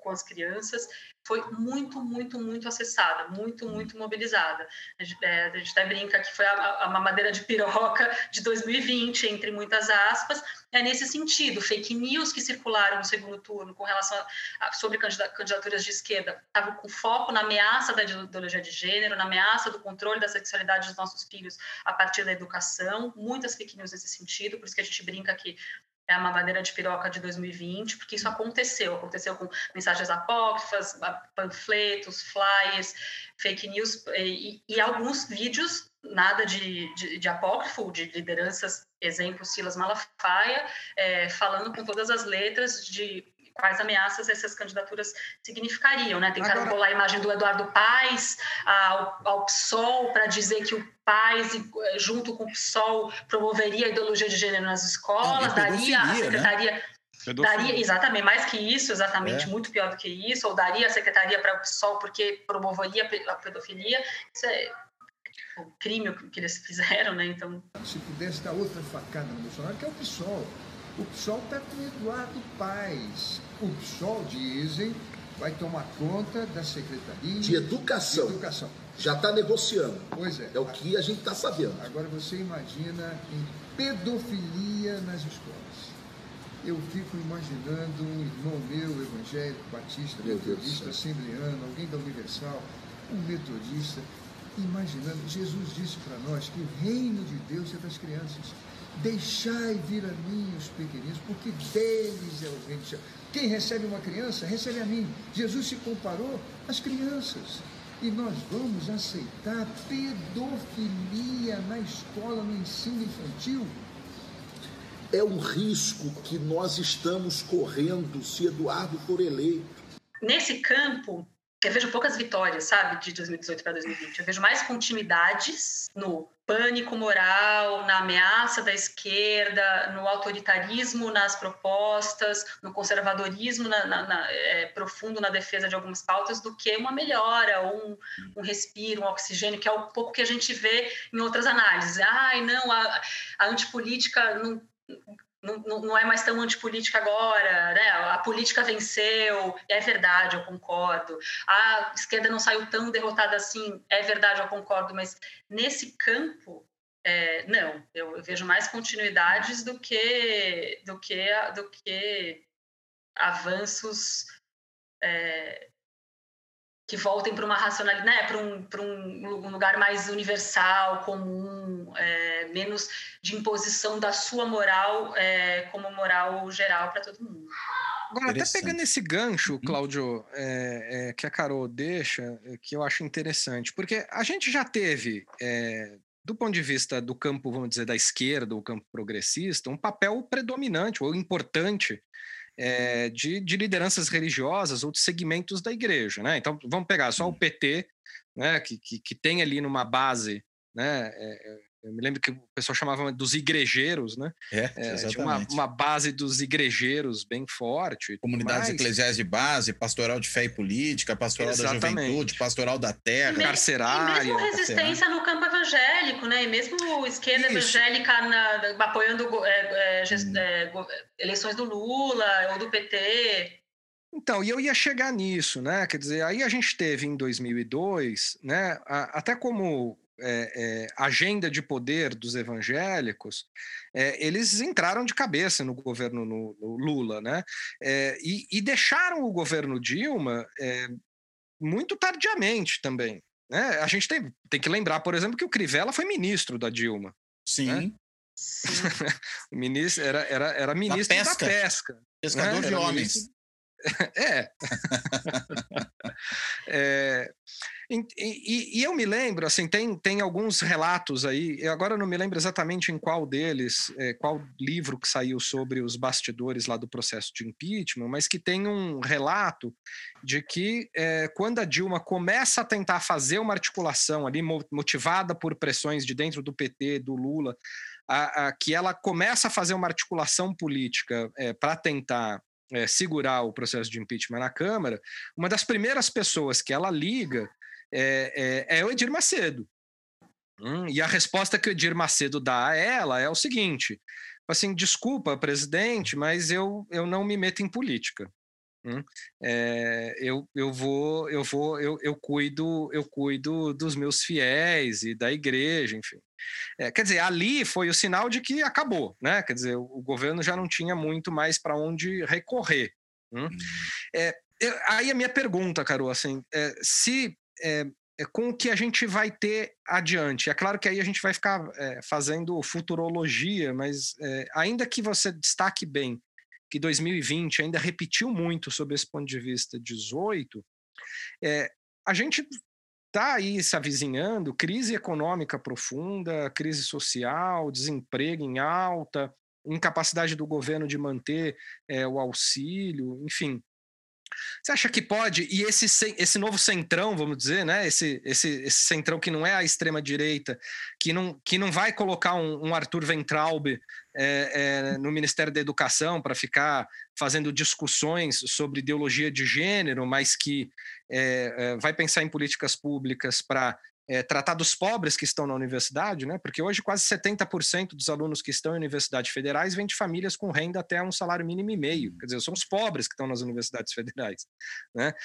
com as crianças, foi muito, muito, muito acessada, muito, muito mobilizada. A gente até brinca que foi a mamadeira de piroca de 2020, entre muitas aspas, nesse sentido. Fake news que circularam no segundo turno com relação sobre candidaturas de esquerda estavam com foco na ameaça da ideologia de gênero, na ameaça do controle da sexualidade dos nossos filhos a partir da educação, muitas fake news nesse sentido, por isso que a gente brinca que é a mamadeira de piroca de 2020, porque isso aconteceu com mensagens apócrifas, panfletos, flyers, fake news e alguns vídeos, nada de apócrifo, de lideranças, exemplo, Silas Malafaia, falando com todas as letras de quais ameaças essas candidaturas significariam, né? Tentaram colar a imagem do Eduardo Paes ao PSOL para dizer que o Paes, junto com o PSOL, promoveria a ideologia de gênero nas escolas, daria a secretaria... Né? Daria, exatamente, mais que isso, exatamente, muito pior do que isso, ou daria a secretaria para o PSOL porque promoveria a pedofilia. Isso é o crime que eles fizeram, né? Então... Se pudesse dar outra facada no Bolsonaro, que é o PSOL. O PSOL está com o Eduardo Paes. O PSOL, dizem, vai tomar conta da Secretaria de Educação. Já está negociando. Pois é. É o que a gente está sabendo. Agora você imagina em pedofilia nas escolas. Eu fico imaginando um irmão meu, evangélico, batista, metodista, assembleano, alguém da Universal, um metodista, imaginando. Jesus disse para nós que o reino de Deus é das crianças. Deixai vir a mim os pequeninos, porque deles é o reino do céu. Quem recebe uma criança, recebe a mim. Jesus se comparou às crianças. E nós vamos aceitar pedofilia na escola, no ensino infantil? É um risco que nós estamos correndo se Eduardo for eleito. Nesse campo, eu vejo poucas vitórias, sabe, de 2018 para 2020. Eu vejo mais continuidades no pânico moral, na ameaça da esquerda, no autoritarismo nas propostas, no conservadorismo profundo na defesa de algumas pautas, do que uma melhora, ou um respiro, um oxigênio, que é um pouco que a gente vê em outras análises. Não, a antipolítica não é mais tão antipolítica agora, né? A política venceu, é verdade, eu concordo. A esquerda não saiu tão derrotada assim, é verdade, eu concordo, mas nesse campo, não. Eu vejo mais continuidades do que avanços que voltem para uma racionalidade, né? para um lugar mais universal, comum, menos de imposição da sua moral como moral geral para todo mundo. Agora, até pegando esse gancho, Cláudio, que a Carol deixa, que eu acho interessante, porque a gente já teve, do ponto de vista do campo, vamos dizer, da esquerda, o campo progressista, um papel predominante ou importante de lideranças religiosas ou de segmentos da igreja, né? Então, vamos pegar só o PT, né, que tem ali numa base, né? Eu me lembro que o pessoal chamava dos igrejeiros, né? Tinha uma base dos igrejeiros bem forte. Comunidades eclesiais de base, pastoral de fé e política, pastoral da juventude, pastoral da terra. Carcerária. E mesmo resistência no campo evangélico, né? E mesmo esquerda evangélica apoiando eleições do Lula ou do PT. Então, e eu ia chegar nisso, né? Quer dizer, aí a gente teve em 2002, né? Até como agenda de poder dos evangélicos, eles entraram de cabeça no governo no Lula, né? E deixaram o governo Dilma muito tardiamente também, né? A gente tem que lembrar, por exemplo, que o Crivella foi ministro da Dilma. Sim. Né? O ministro era ministro da pesca. Pescador, né? De homens. E eu me lembro, assim, tem alguns relatos aí, eu agora não me lembro exatamente em qual deles, qual livro que saiu sobre os bastidores lá do processo de impeachment, mas que tem um relato de que quando a Dilma começa a tentar fazer uma articulação ali, motivada por pressões de dentro do PT, do Lula, que ela começa a fazer uma articulação política para tentar segurar o processo de impeachment na Câmara, uma das primeiras pessoas que ela liga é o Edir Macedo. E a resposta que o Edir Macedo dá a ela é o seguinte, assim, desculpa, presidente, mas eu não me meto em política. Eu cuido dos meus fiéis e da igreja, enfim. Quer dizer, ali foi o sinal de que acabou, né? Quer dizer, o governo já não tinha muito mais para onde recorrer. Aí a minha pergunta, Carol, assim, com o que a gente vai ter adiante, é claro que aí a gente vai ficar fazendo futurologia, mas ainda que você destaque bem que 2020 ainda repetiu muito sob esse ponto de vista 18, a gente está aí se avizinhando crise econômica profunda, crise social, desemprego em alta, incapacidade do governo de manter o auxílio, enfim. Você acha que pode, e esse novo centrão, vamos dizer, né? Esse centrão que não é a extrema-direita, que não vai colocar um Arthur Weintraub no Ministério da Educação para ficar fazendo discussões sobre ideologia de gênero, mas que vai pensar em políticas públicas para tratar dos pobres que estão na universidade, né? Porque hoje quase 70% dos alunos que estão em universidades federais vêm de famílias com renda até um salário mínimo e meio. Quer dizer, são os pobres que estão nas universidades federais, né?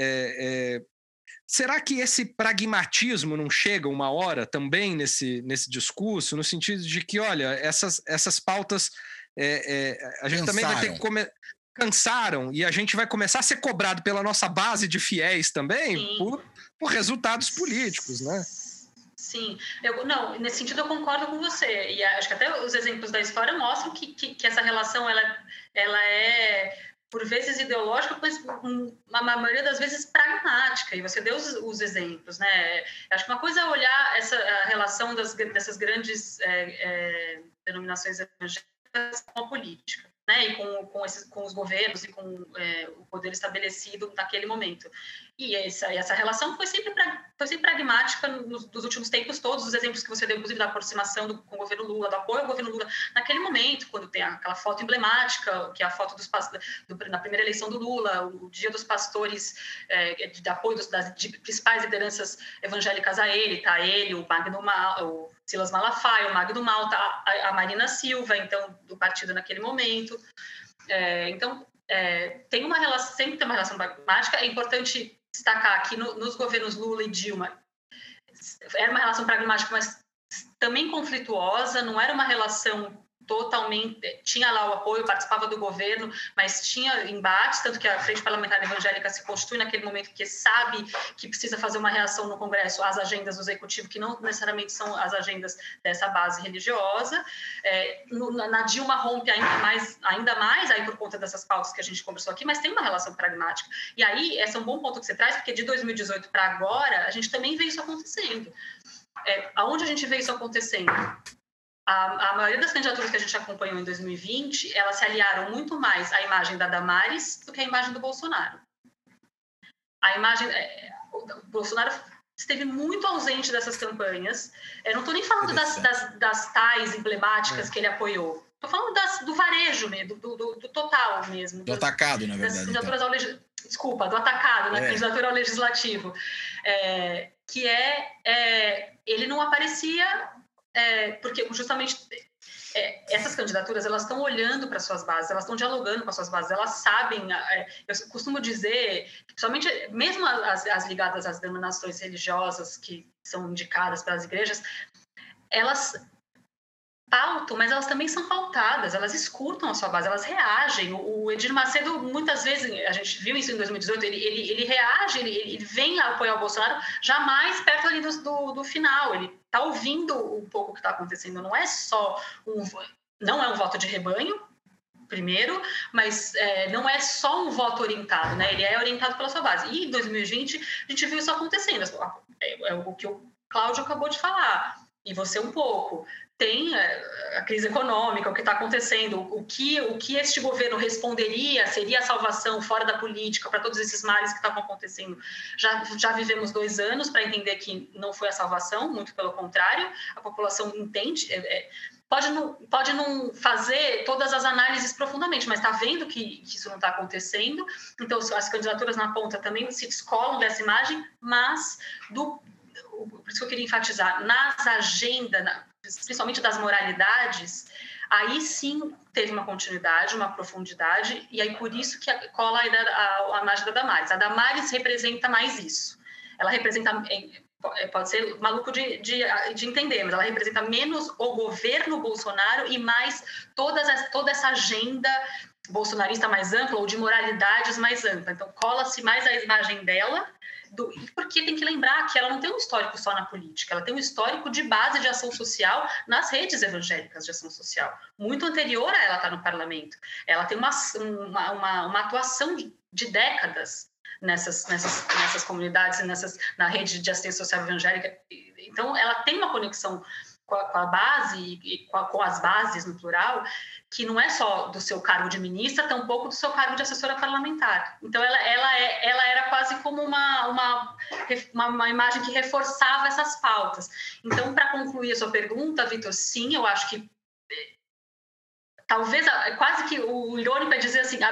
Será que esse pragmatismo não chega uma hora também nesse discurso, no sentido de que, olha, essas pautas a gente também vai ter que cansaram e a gente vai começar a ser cobrado pela nossa base de fiéis também por resultados políticos, né? Sim, nesse sentido eu concordo com você, e acho que até os exemplos da história mostram que essa relação ela é por vezes ideológica, mas na maioria das vezes pragmática, e você deu os exemplos, né? Acho que uma coisa é olhar a relação dessas grandes denominações evangélicas com a política, né? E com os governos e com o poder estabelecido naquele momento. E essa relação foi sempre pragmática nos últimos tempos todos. Os exemplos que você deu, inclusive, da aproximação com o governo Lula, do apoio ao governo Lula, naquele momento, quando tem aquela foto emblemática, que é a foto na primeira eleição do Lula, o dia dos pastores, de apoio das principais lideranças evangélicas a ele, tá? Ele, o Silas Malafaia, o Magno Malta, a Marina Silva, então, do partido naquele momento. Tem uma relação, sempre tem uma relação pragmática. É importante destacar que nos governos Lula e Dilma era uma relação pragmática, mas também conflituosa, não era uma relação totalmente... Tinha lá o apoio, participava do governo, mas tinha embates, tanto que a Frente Parlamentar Evangélica se constitui naquele momento porque sabe que precisa fazer uma reação no Congresso às agendas do Executivo, que não necessariamente são as agendas dessa base religiosa. Na Dilma rompe ainda mais aí por conta dessas pautas que a gente conversou aqui, mas tem uma relação pragmática. E aí, esse é um bom ponto que você traz, porque de 2018 para agora, a gente também vê isso acontecendo. Aonde a gente vê isso acontecendo? A maioria das candidaturas que a gente acompanhou em 2020, elas se aliaram muito mais à imagem da Damares do que à imagem do Bolsonaro. O Bolsonaro esteve muito ausente dessas campanhas. Eu não estou nem falando das tais emblemáticas que ele apoiou. Estou falando do varejo, né? do total mesmo. Do atacado, na verdade. Desculpa, do atacado, na candidatura ao legislativo. Que ele não aparecia... porque justamente essas candidaturas, elas estão olhando para suas bases, elas estão dialogando com as suas bases, elas sabem, eu costumo dizer, principalmente mesmo as ligadas às denominações religiosas que são indicadas pelas igrejas, elas pautam, mas elas também são pautadas, elas escutam a sua base, elas reagem. O Edir Macedo, muitas vezes, a gente viu isso em 2018, ele reage, ele vem apoiar o Bolsonaro jamais perto ali do final, ele está ouvindo um pouco o que está acontecendo, não é um voto de rebanho, primeiro, mas não é só um voto orientado, né? Ele é orientado pela sua base. E em 2020, a gente viu isso acontecendo, é o que o Cláudio acabou de falar, e você um pouco. Tem a crise econômica, o que está acontecendo, o que este governo responderia, seria a salvação fora da política para todos esses males que estavam acontecendo. Já vivemos 2 anos para entender que não foi a salvação, muito pelo contrário, a população entende, pode não fazer todas as análises profundamente, mas está vendo que isso não está acontecendo, então as candidaturas na ponta também se descolam dessa imagem, mas por isso que eu queria enfatizar, nas agendas, principalmente das moralidades, Aí sim teve uma continuidade, uma profundidade, e aí por isso que cola a imagem da Damares. A Damares representa mais isso. Ela representa, pode ser maluco de entender, mas ela representa menos o governo Bolsonaro e mais toda essa agenda bolsonarista mais ampla ou de moralidades mais ampla. Então cola-se mais a imagem dela, porque tem que lembrar que ela não tem um histórico só na política, ela tem um histórico de base de ação social nas redes evangélicas de ação social, muito anterior a ela estar no parlamento. Ela tem uma atuação de décadas nessas comunidades, na rede de assistência social evangélica. Então, ela tem uma conexão com a base e com as bases, no plural, que não é só do seu cargo de ministra, tampouco do seu cargo de assessora parlamentar. Então, ela era quase como uma imagem que reforçava essas pautas. Então, para concluir a sua pergunta, Vitor, sim, eu acho que talvez, quase que o irônico é dizer assim,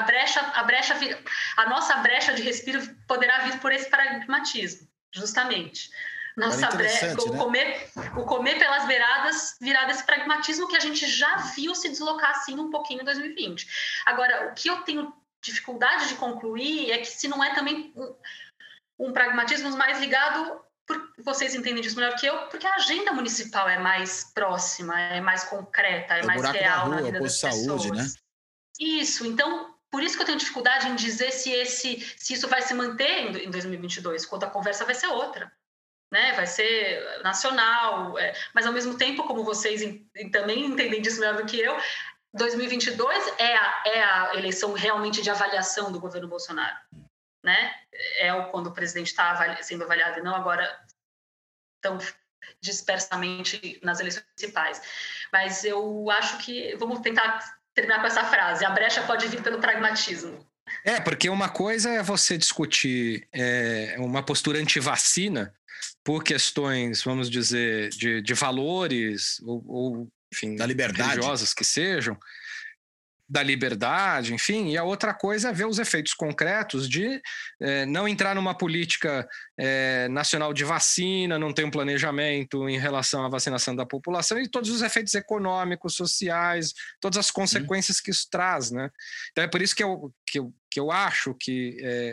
a nossa brecha de respiro poderá vir por esse pragmatismo, justamente. Nossa brecha, o comer pelas beiradas virar desse pragmatismo que a gente já viu se deslocar assim um pouquinho em 2020. Agora, o que eu tenho dificuldade de concluir é que se não é também um pragmatismo mais ligado, vocês entendem disso melhor que eu, porque a agenda municipal é mais próxima, é mais concreta, é mais real na vida das pessoas. Saúde, né? Isso, então, por isso que eu tenho dificuldade em dizer se isso vai se manter em 2022, quando a conversa vai ser outra. Né? Vai ser nacional, mas ao mesmo tempo, como vocês também entendem disso melhor do que eu, 2022 é a eleição realmente de avaliação do governo Bolsonaro, né? Quando o presidente está sendo avaliado e não agora tão dispersamente nas eleições municipais. Mas eu acho que vamos tentar terminar com essa frase: a brecha pode vir pelo pragmatismo. Porque uma coisa é você discutir uma postura anti-vacina por questões, vamos dizer, de valores ou enfim, da liberdade, religiosas que sejam, da liberdade, enfim, e a outra coisa é ver os efeitos concretos de não entrar numa política nacional de vacina, não ter um planejamento em relação à vacinação da população e todos os efeitos econômicos, sociais, todas as consequências que isso traz, né? Então é por isso que eu acho que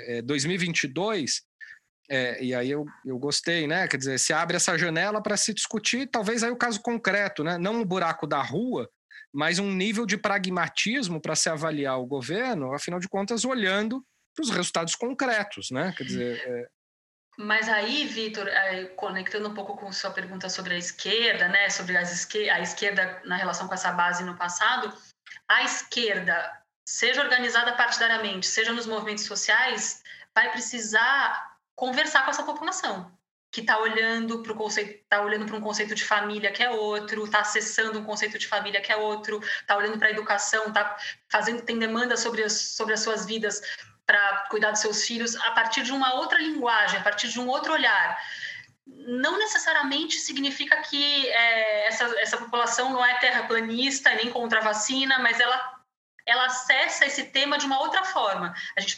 2022, e aí eu gostei, né? Quer dizer, se abre essa janela para se discutir, talvez aí o caso concreto, né? Não o buraco da rua, mas um nível de pragmatismo para se avaliar o governo, afinal de contas, olhando para os resultados concretos, né? Quer dizer... Mas aí, Vitor, conectando um pouco com sua pergunta sobre a esquerda, né? Sobre a esquerda na relação com essa base no passado, a esquerda, seja organizada partidariamente, seja nos movimentos sociais, vai precisar conversar com essa população que está olhando para um conceito de família que é outro, está acessando um conceito de família que é outro, está olhando para a educação, tem demanda sobre as suas vidas para cuidar dos seus filhos a partir de uma outra linguagem, a partir de um outro olhar. Não necessariamente significa que essa população não é terraplanista nem contra a vacina, mas ela acessa esse tema de uma outra forma.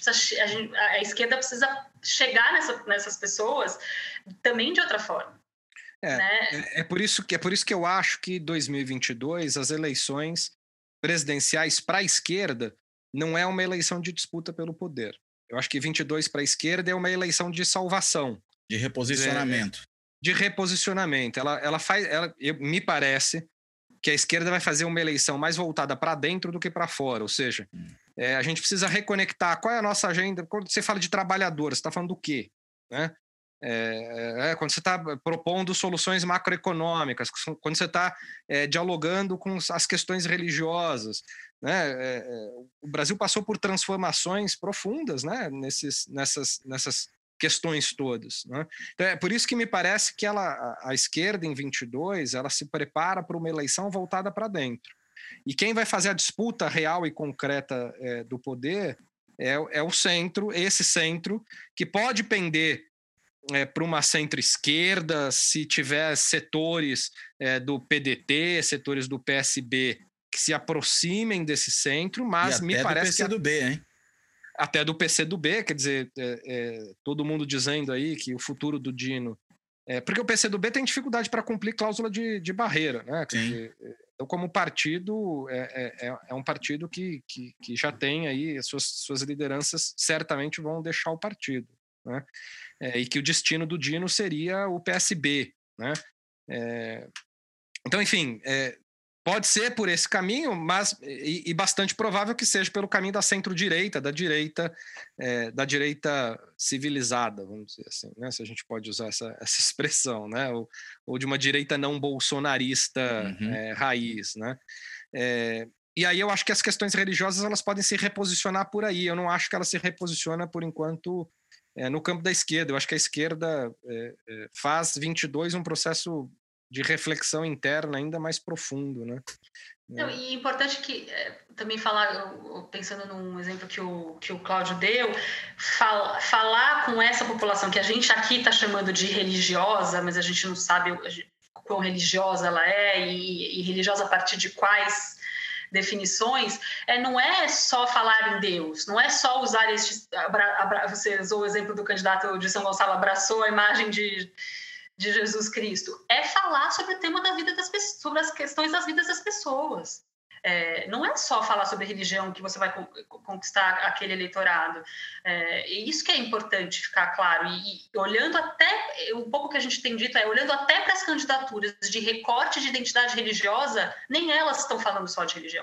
A esquerda precisa chegar nessas pessoas também de outra forma. Né? É por isso que eu acho que 2022, as eleições presidenciais para a esquerda não é uma eleição de disputa pelo poder. Eu acho que 22 para a esquerda é uma eleição de salvação. De reposicionamento. De reposicionamento. Me parece que a esquerda vai fazer uma eleição mais voltada para dentro do que para fora, ou seja, a gente precisa reconectar qual é a nossa agenda. Quando você fala de trabalhador, você está falando do quê? Né? Quando você está propondo soluções macroeconômicas, quando você está dialogando com as questões religiosas, né? O Brasil passou por transformações profundas, né? nessas questões todas, né? Então é por isso que me parece que a esquerda em 22 ela se prepara para uma eleição voltada para dentro. E quem vai fazer a disputa real e concreta do poder é o centro, esse centro que pode pender para uma centro-esquerda, se tiver setores do PDT, setores do PSB que se aproximem desse centro, mas me parece que... do PCdoB, hein? Até do PCdoB, quer dizer, todo mundo dizendo aí que o futuro do Dino... porque o PCdoB tem dificuldade para cumprir cláusula de barreira, né? Quer dizer, Então, como partido, é um partido que já tem aí suas lideranças, certamente vão deixar o partido, né? E que o destino do Dino seria o PSB, né? Então, enfim, pode ser por esse caminho, mas e bastante provável que seja pelo caminho da centro-direita, da direita civilizada, vamos dizer assim, né? Se a gente pode usar essa expressão, né? Ou de uma direita não bolsonarista raiz, né? E aí eu acho que as questões religiosas elas podem se reposicionar por aí. Eu não acho que ela se reposiciona por enquanto no campo da esquerda. Eu acho que a esquerda faz 22 um processo de reflexão interna ainda mais profundo, né? Não, e é importante que também falar, pensando num exemplo que o Cláudio deu, falar com essa população que a gente aqui está chamando de religiosa, mas a gente não sabe quão religiosa ela é e religiosa a partir de quais definições, não é só falar em Deus, não é só usar você usou o exemplo do candidato de São Gonçalo, abraçou a imagem de Jesus Cristo, é falar sobre o tema da vida das pessoas, sobre as questões das vidas das pessoas. Não é só falar sobre religião que você vai conquistar aquele eleitorado. E isso que é importante ficar claro. E olhando até, um pouco que a gente tem dito olhando até para as candidaturas de recorte de identidade religiosa, nem elas estão falando só de religião.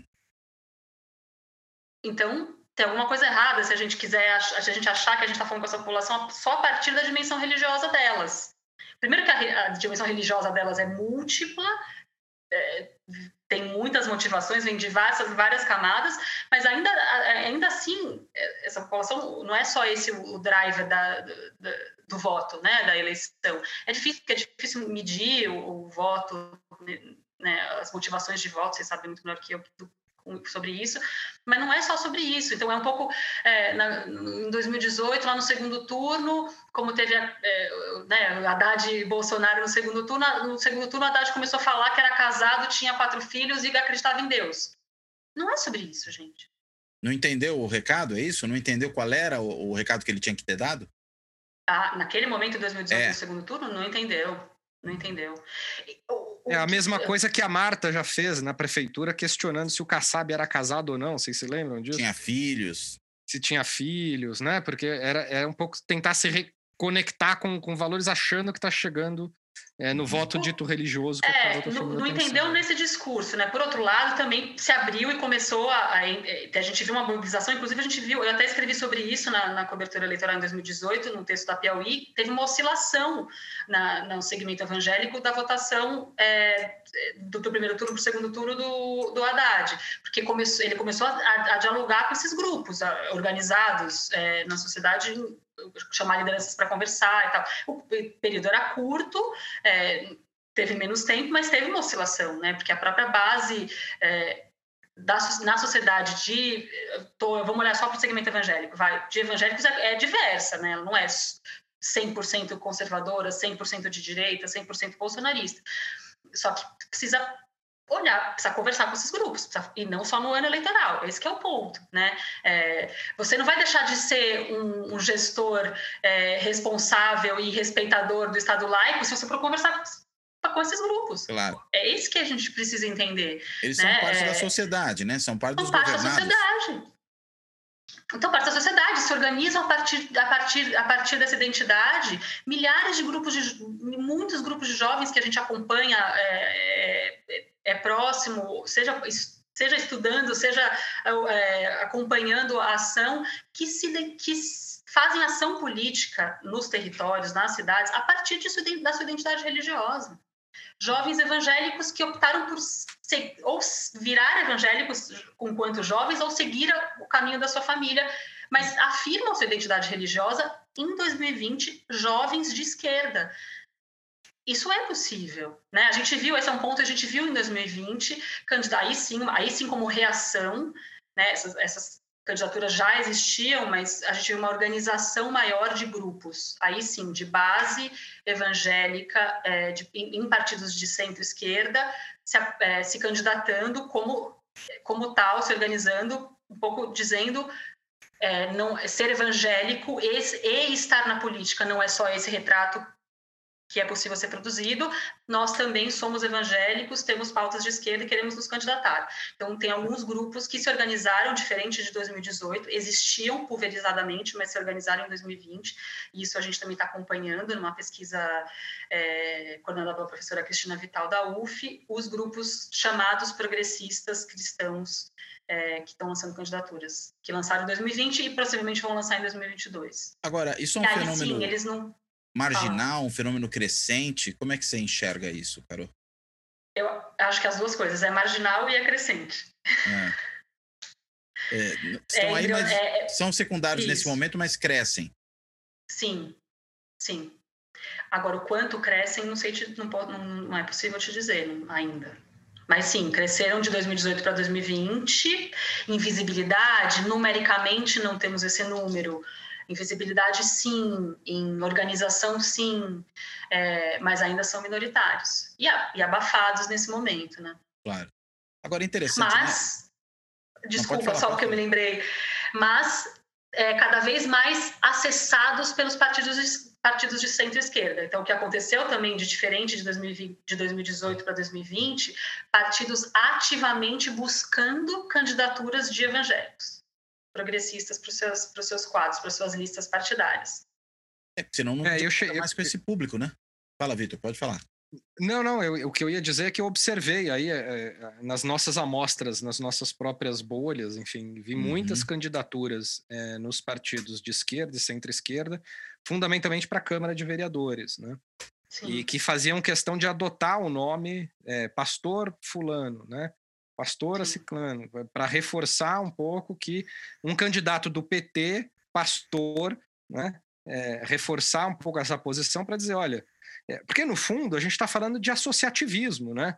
Então, tem alguma coisa errada se a gente achar que a gente está falando com essa população só a partir da dimensão religiosa delas. Primeiro que a dimensão religiosa delas é múltipla, tem muitas motivações, vem de várias camadas, mas ainda assim, essa população não é só esse o driver do voto, né, da eleição. É difícil medir o voto, né, as motivações de voto, vocês sabem muito melhor que eu sobre isso, mas não é só sobre isso. Então é um pouco em 2018, lá no segundo turno, como teve Haddad e Bolsonaro no segundo turno Haddad começou a falar que era casado, tinha 4 filhos e acreditava em Deus. Não é sobre isso, gente. Não entendeu o recado, é isso? Não entendeu qual era o recado que ele tinha que ter dado? Naquele momento, em 2018, no segundo turno, não entendeu. Não entendeu. É a mesma coisa que a Marta já fez na prefeitura, questionando se o Kassab era casado ou não. Vocês se lembram disso? Tinha filhos. Se tinha filhos, né? Porque era um pouco tentar se reconectar com valores, achando que está chegando no voto dito religioso. Que não entendeu nesse discurso, né? Por outro lado, também se abriu e começou a gente viu uma mobilização, inclusive a gente viu, eu até escrevi sobre isso na cobertura eleitoral em 2018, no texto da Piauí, teve uma oscilação no segmento evangélico da votação do primeiro turno para o segundo turno do Haddad, porque ele começou a dialogar com esses grupos organizados na sociedade, chamar lideranças para conversar e tal. O período era curto, teve menos tempo, mas teve uma oscilação, né? Porque a própria base na sociedade vamos olhar só para o segmento evangélico, de evangélicos é diversa, né? Ela não é 100% conservadora, 100% de direita, 100% bolsonarista. Só que precisa conversar com esses grupos, e não só no ano eleitoral, esse que é o ponto, né? Você não vai deixar de ser um gestor responsável e respeitador do Estado laico se você for conversar com esses grupos. Claro. É isso que a gente precisa entender. Eles né? são parte da sociedade, né? São parte dos governados. Da sociedade. Então, parte da sociedade, se organizam a partir dessa identidade. Milhares de muitos grupos de jovens que a gente acompanha próximo, seja estudando, seja acompanhando a ação, que fazem ação política nos territórios, nas cidades, a partir da sua identidade religiosa. Jovens evangélicos que optaram por ou virar evangélicos enquanto jovens ou seguir o caminho da sua família, mas afirmam sua identidade religiosa em 2020, jovens de esquerda. Isso é possível, né? A gente viu, esse é um ponto que a gente viu em 2020, aí sim como reação, né? Essas candidaturas já existiam, mas a gente viu uma organização maior de grupos, aí sim, de base evangélica, em partidos de centro-esquerda, se candidatando como tal, se organizando, um pouco dizendo não ser evangélico e estar na política não é só esse retrato que é possível ser produzido. Nós também somos evangélicos, temos pautas de esquerda e queremos nos candidatar. Então, tem alguns grupos que se organizaram, diferente de 2018, existiam pulverizadamente, mas se organizaram em 2020, e isso a gente também está acompanhando numa pesquisa coordenada pela professora Cristina Vital da UF, os grupos chamados progressistas cristãos, que estão lançando candidaturas, que lançaram em 2020 e possivelmente vão lançar em 2022. Agora, isso é um e aí, fenômeno sim, eles não... marginal, um fenômeno crescente? Como é que você enxerga isso, Carol? Eu acho que as duas coisas, é marginal e é crescente. Estão aí, mas são secundários isso. nesse momento, mas crescem. Sim. Agora, o quanto crescem, não é possível te dizer ainda. Mas sim, cresceram de 2018 para 2020. Invisibilidade, numericamente não temos esse número. Invisibilidade, sim. Em organização, sim. Mas ainda são minoritários. E abafados nesse momento, né? Claro. Agora, interessante, mas, né? Desculpa, só porque eu me lembrei. Mas cada vez mais acessados pelos partidos de centro-esquerda. Então, o que aconteceu também de diferente de 2018 para 2020, partidos ativamente buscando candidaturas de evangélicos progressistas para os seus quadros, para suas listas partidárias. Senão não chega mais com esse público, né? Fala, Vitor, pode falar. Não, o que eu ia dizer é que eu observei aí nas nossas amostras, nas nossas próprias bolhas, enfim, vi muitas candidaturas nos partidos de esquerda e centro-esquerda, fundamentalmente para a Câmara de Vereadores, né? Sim. E que faziam questão de adotar o nome pastor fulano, né? Pastora ciclano, para reforçar um pouco que um candidato do PT, pastor, né? Reforçar um pouco essa posição para dizer, olha, porque no fundo a gente está falando de associativismo, né?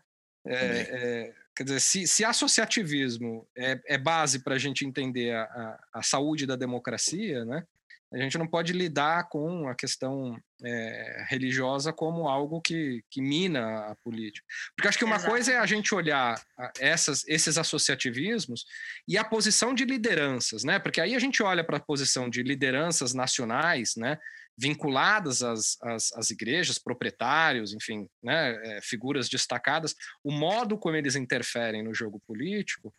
Quer dizer, se associativismo é base para a gente entender a saúde da democracia, né? A gente não pode lidar com a questão religiosa como algo que mina a política. Porque acho que uma coisa é a gente olhar esses associativismos e a posição de lideranças, né? Porque aí a gente olha para a posição de lideranças nacionais, né? Vinculadas às igrejas, proprietários, enfim, né? Figuras destacadas, o modo como eles interferem no jogo político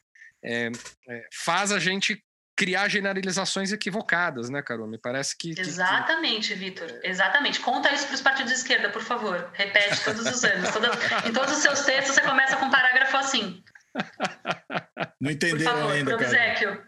faz a gente criar generalizações equivocadas, né, Carol? Me parece que... Exatamente, Vitor. Exatamente. Conta isso para os partidos de esquerda, por favor. Repete todos os anos. Em todos os seus textos, você começa com um parágrafo assim. Não entenderam por favor, ainda, pro obséquio.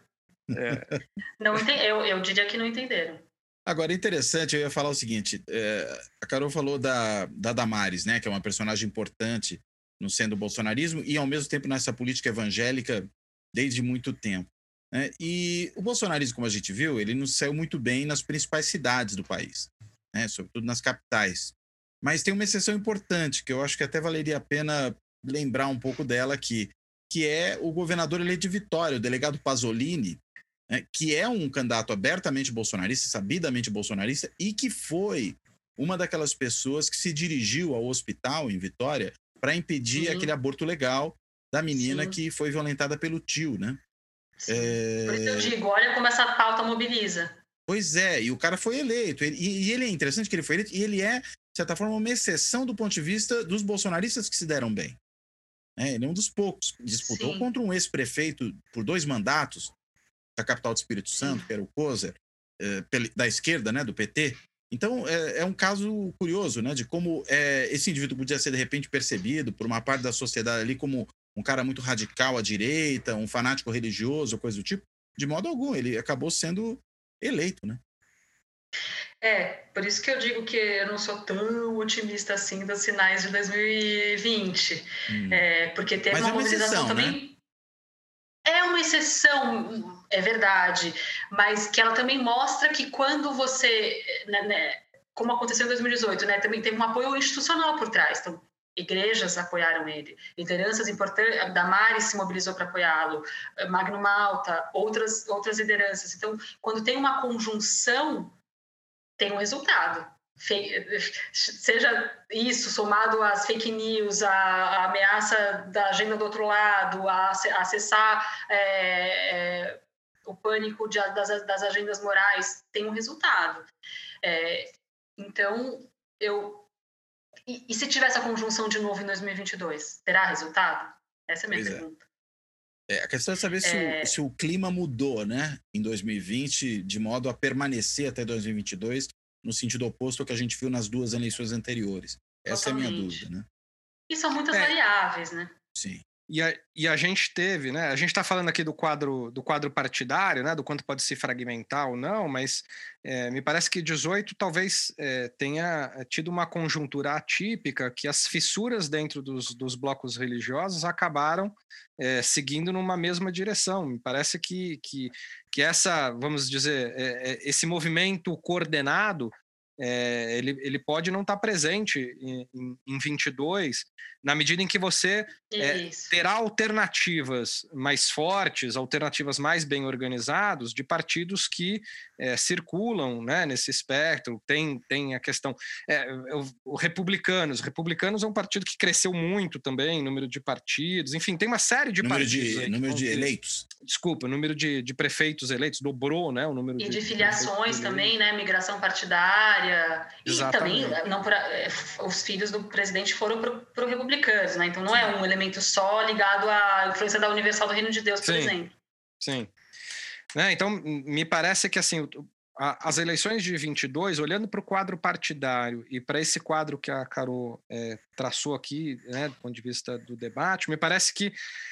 Não eu diria que não entenderam. Agora, interessante, eu ia falar o seguinte, a Carol falou da Damares, né, que é uma personagem importante no sendo do bolsonarismo e, ao mesmo tempo, nessa política evangélica desde muito tempo. E o bolsonarismo, como a gente viu, ele não saiu muito bem nas principais cidades do país, né? Sobretudo nas capitais. Mas tem uma exceção importante, que eu acho que até valeria a pena lembrar um pouco dela aqui, que é o governador eleito de Vitória, o delegado Pasolini, que é um candidato abertamente bolsonarista, sabidamente bolsonarista, e que foi uma daquelas pessoas que se dirigiu ao hospital em Vitória para impedir aquele aborto legal da menina que foi violentada pelo tio, né? Por isso eu digo, olha como essa pauta mobiliza. Pois é, e o cara foi eleito. E ele é interessante que ele foi eleito, e ele é, de certa forma, uma exceção do ponto de vista dos bolsonaristas que se deram bem. Ele é um dos poucos. Disputou contra um ex-prefeito por 2 mandatos da capital do Espírito Santo, que era o Kozer, da esquerda, né, do PT. Então, é um caso curioso, né, de como esse indivíduo podia ser, de repente, percebido por uma parte da sociedade ali como um cara muito radical à direita, um fanático religioso, coisa do tipo. De modo algum, ele acabou sendo eleito, né? Por isso que eu digo que eu não sou tão otimista assim dos sinais de 2020. Porque teve uma mobilização também... Né? É uma exceção, é verdade, mas que ela também mostra que quando você, como aconteceu em 2018, né, também teve um apoio institucional por trás. Então, igrejas apoiaram ele, lideranças importantes, a Damares se mobilizou para apoiá-lo, Magno Malta, outras lideranças. Então, quando tem uma conjunção, tem um resultado. Seja isso somado às fake news, à ameaça da agenda do outro lado, a acessar o pânico das agendas morais, tem um resultado. Então, eu E se tiver essa conjunção de novo em 2022, terá resultado? Essa é a minha pergunta. A questão é saber se o clima mudou, né, em 2020, de modo a permanecer até 2022, no sentido oposto ao que a gente viu nas 2 eleições anteriores. Essa Totalmente. é a minha dúvida, né? E são muitas variáveis, né? Sim. E a gente teve, né? A gente está falando aqui do quadro partidário, né? Do quanto pode se fragmentar ou não, mas me parece que 18 talvez tenha tido uma conjuntura atípica que as fissuras dentro dos blocos religiosos acabaram seguindo numa mesma direção. Me parece que essa, vamos dizer, esse movimento coordenado ele pode não estar presente em 22, na medida em que você terá alternativas mais fortes, alternativas mais bem organizadas de partidos que circulam, né, nesse espectro. Tem a questão... Os Republicanos é um partido que cresceu muito também, número de partidos, enfim, tem uma série de partidos. Número de eleitos. Desculpa, o número de prefeitos eleitos dobrou, né, o número de filiações também, né, migração partidária. Exatamente. E também os filhos do presidente foram para o Republicanos, né? Então não é um elemento só ligado à influência da Universal do Reino de Deus, por exemplo. Sim. Então, me parece que assim, as eleições de 22, olhando para o quadro partidário e para esse quadro que a Carol traçou aqui, né, do ponto de vista do debate, me parece que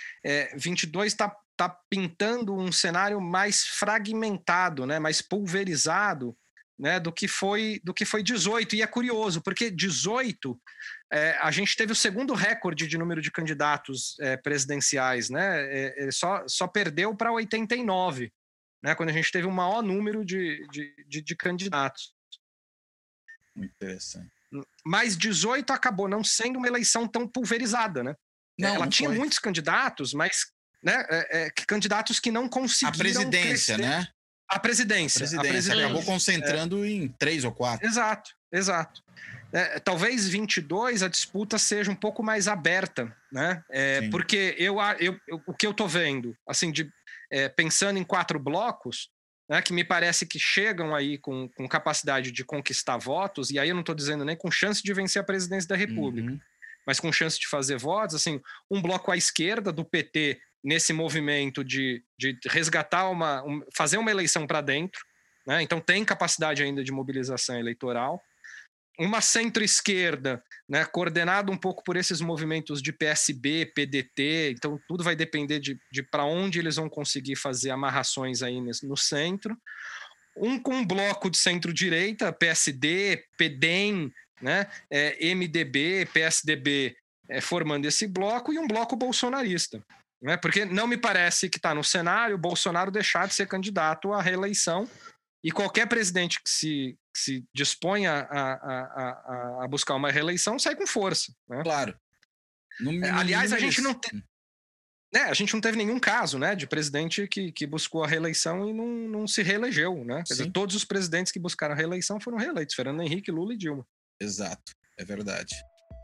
22 está pintando um cenário mais fragmentado, né, mais pulverizado, né, do que foi 18. E é curioso, porque 18 a gente teve o segundo recorde de número de candidatos presidenciais, né? Só perdeu para 89, né, quando a gente teve o maior número de candidatos. Muito interessante. Mas 18 acabou não sendo uma eleição tão pulverizada, né? Ela tinha muitos candidatos, mas candidatos que não conseguiram... A presidência, crescer. Né? A presidência. Acabou concentrando em 3 ou 4. Exato. Talvez 22 a disputa seja um pouco mais aberta, né? Porque o que eu estou vendo, assim, pensando em 4 blocos, né, que me parece que chegam aí com capacidade de conquistar votos, e aí eu não estou dizendo nem com chance de vencer a presidência da República, mas com chance de fazer votos, assim, um bloco à esquerda do PT nesse movimento de resgatar fazer uma eleição para dentro, né? Então tem capacidade ainda de mobilização eleitoral. Uma centro-esquerda, né, coordenada um pouco por esses movimentos de PSB, PDT, então tudo vai depender de para onde eles vão conseguir fazer amarrações aí no centro. Com um bloco de centro-direita, PSD, PDEM, né, MDB, PSDB, formando esse bloco, e um bloco bolsonarista. Né? Porque não me parece que está no cenário o Bolsonaro deixar de ser candidato à reeleição, e qualquer presidente que se disponha a buscar uma reeleição sai com força. Né? Claro. Aliás, a gente não teve nenhum caso, né, de presidente que buscou a reeleição e não se reelegeu. Né? Quer dizer, todos os presidentes que buscaram a reeleição foram reeleitos, Fernando Henrique, Lula e Dilma. Exato, é verdade.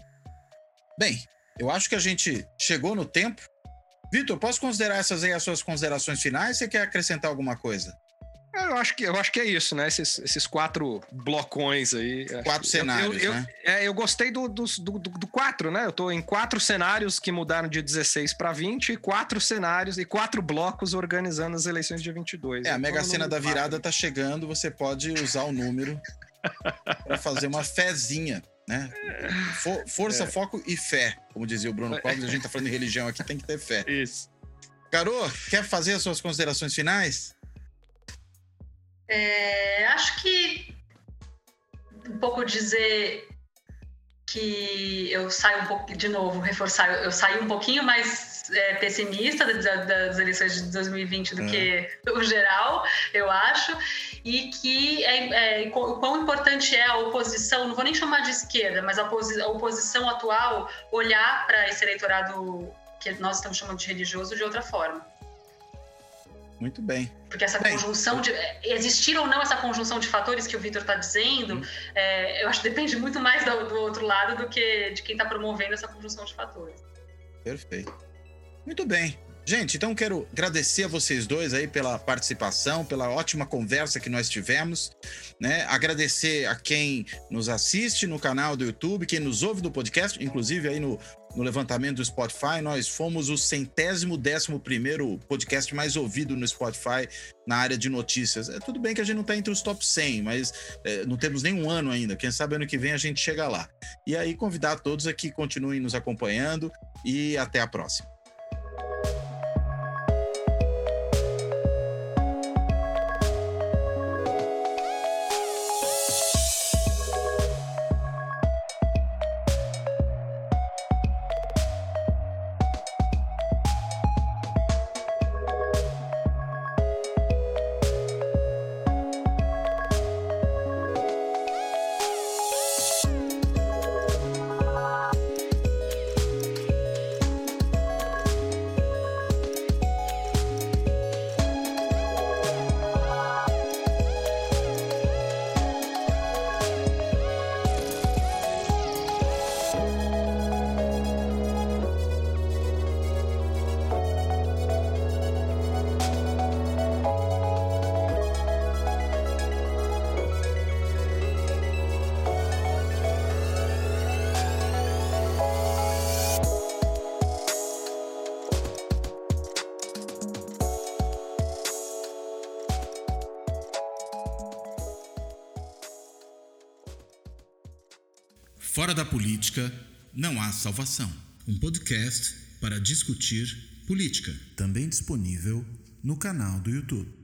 Bem, eu acho que a gente chegou no tempo. Vitor, posso considerar essas aí as suas considerações finais? Você quer acrescentar alguma coisa? Eu acho que é isso, né? Esses 4 blocões aí. 4 cenários, né? Eu gostei do 4, né? Eu tô em 4 cenários que mudaram de 16 para 20, e 4 cenários e 4 blocos organizando as eleições de 22. A Mega Sena da virada tá chegando, você pode usar o número para fazer uma fezinha, né? Força, foco e fé, como dizia o Bruno Covas. A gente tá falando de religião aqui, tem que ter fé. Isso. Carol, quer fazer as suas considerações finais? Acho que um pouco dizer que eu saio um pouco, de novo, reforçar, eu saí um pouquinho mais pessimista das eleições de 2020 do que o geral, eu acho, e que o quão importante é a oposição, não vou nem chamar de esquerda, mas a oposição atual olhar para esse eleitorado que nós estamos chamando de religioso de outra forma. Muito bem. Porque essa conjunção de... Existir ou não essa conjunção de fatores que o Vitor está dizendo, eu acho que depende muito mais do outro lado do que de quem está promovendo essa conjunção de fatores. Perfeito. Muito bem. Gente, então quero agradecer a vocês dois aí pela participação, pela ótima conversa que nós tivemos, né? Agradecer a quem nos assiste no canal do YouTube, quem nos ouve do podcast, inclusive aí no levantamento do Spotify, nós fomos o 111º podcast mais ouvido no Spotify na área de notícias. Tudo bem que a gente não está entre os top 100, mas não temos nem um ano ainda. Quem sabe ano que vem a gente chega lá. E aí convidar todos a que continuem nos acompanhando e até a próxima. Fora da política, não há salvação. Um podcast para discutir política. Também disponível no canal do YouTube.